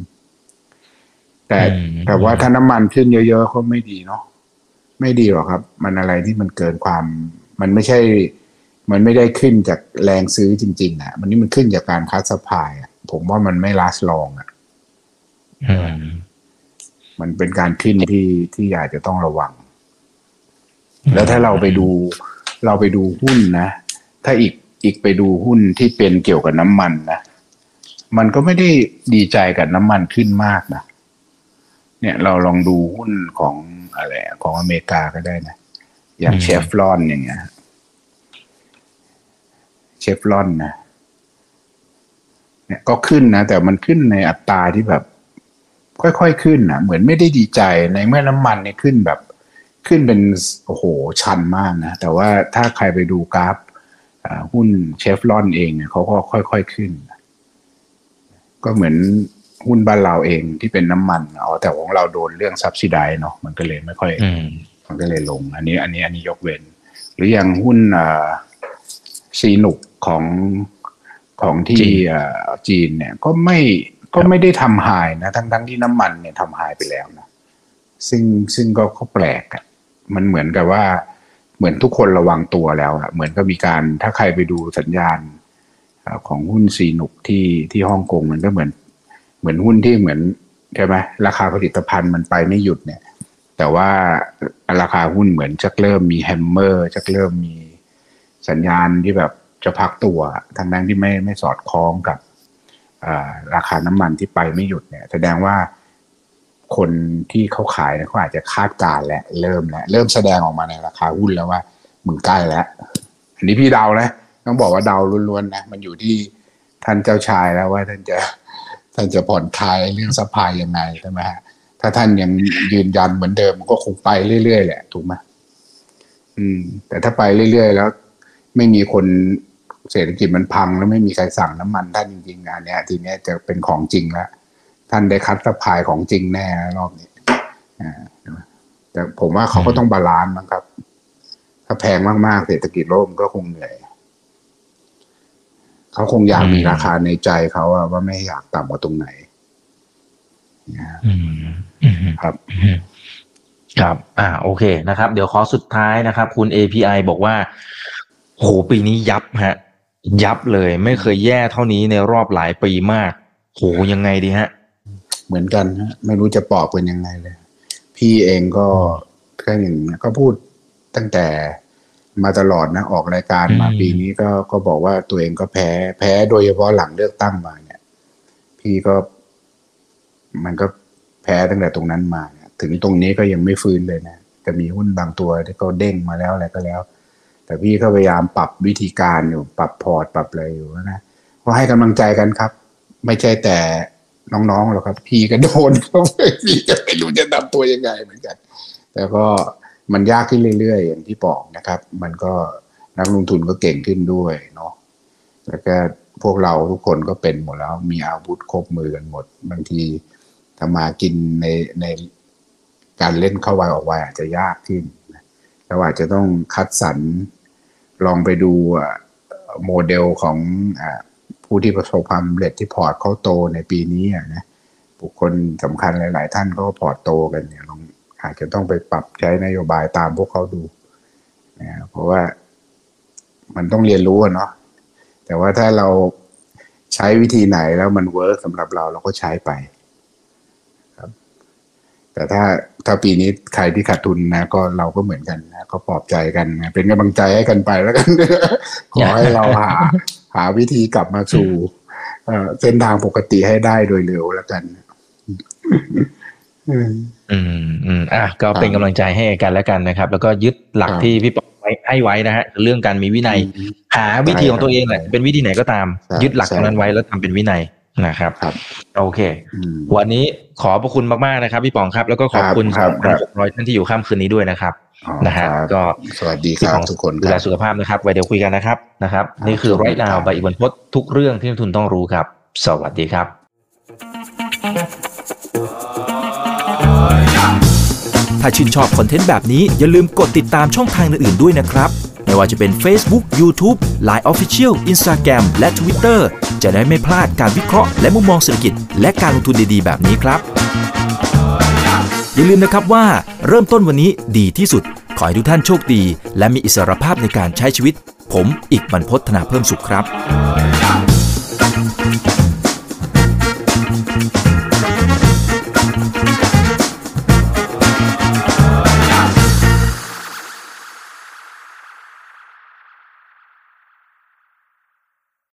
แต่แต่ว่าถ้าน้ำมันขึ้นเยอะๆก็ไม่ดีเนาะไม่ดีหรอกครับมันอะไรที่มันเกินความมันไม่ใช่มันไม่ได้ขึ้นจากแรงซื้อจริงๆอ่ะมันนี่มันขึ้นจากการคัดซัพพลายอ่ะผมว่ามันไม่ลาสต์ลองอ่ะมันเป็นการขึ้นที่ที่อยากจะต้องระวังแล้วถ้าเราไปดูเราไปดูหุ้นนะถ้าอีกอีกไปดูหุ้นที่เป็นเกี่ยวกับน้ำมันนะมันก็ไม่ได้ดีใจกับน้ำมันขึ้นมากนะเนี่ยเราลองดูหุ้นของอะไรของอเมริกาก็ได้นะอย่างเชฟรอนอย่างเงี้ยเชฟรอนนะเนี่ยก็ขึ้นนะแต่มันขึ้นในอัตราที่แบบค่อยๆขึ้นนะเหมือนไม่ได้ดีใจในเมื่อน้ำมันเนี่ยขึ้นแบบขึ้นเป็นโอ้โหชันมากนะแต่ว่าถ้าใครไปดูกราฟหุ้นเชฟรอนเองเนี่ยเขาก็ค่อยๆขึ้นก็เหมือนหุ้นบ้านเราเองที่เป็นน้ำมันอ๋อแต่ของเราโดนเรื่องซับซิไดเนาะมันก็เลยไม่ค่อยมันก็เลยลงอันนี้อันนี้อันนี้ยกเว้นหรืออย่างหุ้นซีนุกของของที่จีนเนี่ยก็ไม่ก็ไม่ได้ทำไฮนะทั้งทั้งที่น้ำมันเนี่ยทำไฮไปแล้วนะซึ่งซึ่งก็ก็แปลกอ่ะมันเหมือนกับว่าเหมือนทุกคนระวังตัวแล้วอ่ะเหมือนก็มีการถ้าใครไปดูสัญญาณของหุ้นซีนุกที่ที่ฮ่องกงมันก็เหมือนเหมือนหุ้นที่เหมือนใช่ไหมราคาผลิตภัณฑ์มันไปไม่หยุดเนี่ยแต่ว่าราคาหุ้นเหมือนจะเริ่มมีแฮมเมอร์จะเริ่มมีสัญญาณที่แบบจะพักตัวทั้งนั้นที่ไม่ไม่สอดคล้องกับราคาน้ำมันที่ไปไม่หยุดเนี่ยแสดงว่าคนที่เขาขายเขาอาจจะคาดการณ์และเริ่มแล้วเริ่มแสดงออกมาในราคาหุ้นแล้วว่ามึงใกล้แล้วอันนี้พี่เดานะต้องบอกว่าเดาล้วนๆนะมันอยู่ที่ท่านเจ้าชายแล้วว่าท่านจะท่านจะผ่อนคลายเรื่องซัพพลายยังไงใช่ไหมฮะถ้าท่านยังยืนยันเหมือนเดิมก็คงไปเรื่อยๆแหละถูกไหมอืมแต่ถ้าไปเรื่อยๆแล้วไม่มีคนเศรษฐกิจมันพังแล้วไม่มีใครสั่งน้ำมันท่านจริงๆอันเนี้ยทีเนี้ยจะเป็นของจริงแล้วท่านได้คัดซัพพลายของจริงแน่รอบนี้อ่าแต่ผมว่าเขาก็ต้องบาลานซ์นะครับถ้าแพงมากๆเศรษฐกิจโลกมันก็คงเหนื่อยเขาคงอยากมีราคาในใจเขาว่าไม่อยากต่ำกว่าตรงไหนครับครับอ่าโอเคนะครับเดี๋ยวขอสุดท้ายนะครับคุณ เอ พี ไอ บอกว่าโหปีนี้ยับฮะยับเลยไม่เคยแย่เท่านี้ในรอบหลายปีมากโหยังไงดีฮะเหมือนกันฮะไม่รู้จะปอบเป็นยังไงเลยพี่เองก็แค่อย่างนี้ก็พูดตั้งแต่มาตลอดนะออกรายการมาปีนี้ก็ก็บอกว่าตัวเองก็แพ้แพ้โดยเฉพาะหลังเลือกตั้งมาเนี่ยพี่ก็มันก็แพ้ตั้งแต่ตรงนั้นมาเนี่ยถึงตรงนี้ก็ยังไม่ฟื้นเลยนะจะมีหุ้นบางตัวที่เขาเด้งมาแล้วอะไรก็แล้วแต่พี่ก็พยายามปรับวิธีการอยู่ปรับพอร์ตปรับอะไรอยู่นะก็ให้กำลังใจกันครับไม่ใช่แต่น้องๆหรอกครับพี่ก็โดนเพราะพี่จะไม่รู้จะทำตัวยังไงเหมือนกันแต่ก็มันยากขึ้นเรื่อยๆอย่างที่บอกนะครับมันก็นักลงทุนก็เก่งขึ้นด้วยเนาะแล้วก็พวกเราทุกคนก็เป็นหมดแล้วมีอาวุธครบมือกันหมดบางทีทำมากินในในการเล่นเข้าไวออกไวอาจจะยากขึ้นเราอาจจะต้องคัดสรรลองไปดูโมเดลของผู้ที่ประสบความสำเร็จที่พอร์ตเขาโตในปีนี้นะบุคคลสำคัญหลายๆท่านก็พอร์ตโตกันเนี่ยลองอาจจะต้องไปปรับใช้นโยบายตามพวกเขาดูนะเพราะว่ามันต้องเรียนรู้เนาะแต่ว่าถ้าเราใช้วิธีไหนแล้วมันเวิร์กสำหรับเราเราก็ใช้ไปครับแต่ถ้าถ้าปีนี้ใครที่ขาดทุนนะก็เราก็เหมือนกันนะก็ปลอบใจกันนะเป็นกำลังใจให้กันไปแล้วกัน ขอให้เราหาหาวิธีกลับมาสู่เส้นทางปกติให้ได้โดยเร็วแล้วกันอืมอืมอ่ะก็เป็นกำลังใจให้กันแล้วกันนะครับแล้วก็ยึดหลักที่พี่ป๋องไว้ให้ไว้นะฮะเรื่องการมีวินัยหาวิธีของตัวเองแหละเป็นวิธีไหนก็ตามยึดหลักตรงนั้นไว้แล้วทำเป็นวินัยนะครับโอเควันนี้ขอบพระคุณมากๆนะครับพี่ป๋องครับแล้วก็ขอบคุณสำหรับร้อยท่านที่อยู่ค่ำคืนนี้ด้วยนะครับนะฮะก็สวัสดีครับทุกคนดูแลสุขภาพนะครับไว้เดี๋ยวคุยกันนะครับนะครับนี่คือ Right Now by อีกบรรพตทุกเรื่องที่นักทุนต้องรู้ครับสวัสดีครับถ้าชื่นชอบคอนเทนต์แบบนี้อย่าลืมกดติดตามช่องทางอื่นๆด้วยนะครับไม่ว่าจะเป็น Facebook, YouTube, ไลน์ Official, Instagram และ Twitter จะได้ไม่พลาดการวิเคราะห์และมุมมองเศรษฐกิจและการลงทุนดีๆแบบนี้ครับอย่าลืมนะครับว่าเริ่มต้นวันนี้ดีที่สุดขอให้ทุกท่านโชคดีและมีอิสรภาพในการใช้ชีวิตผมอีกบรรพต ธนาเพิ่มสุขครับ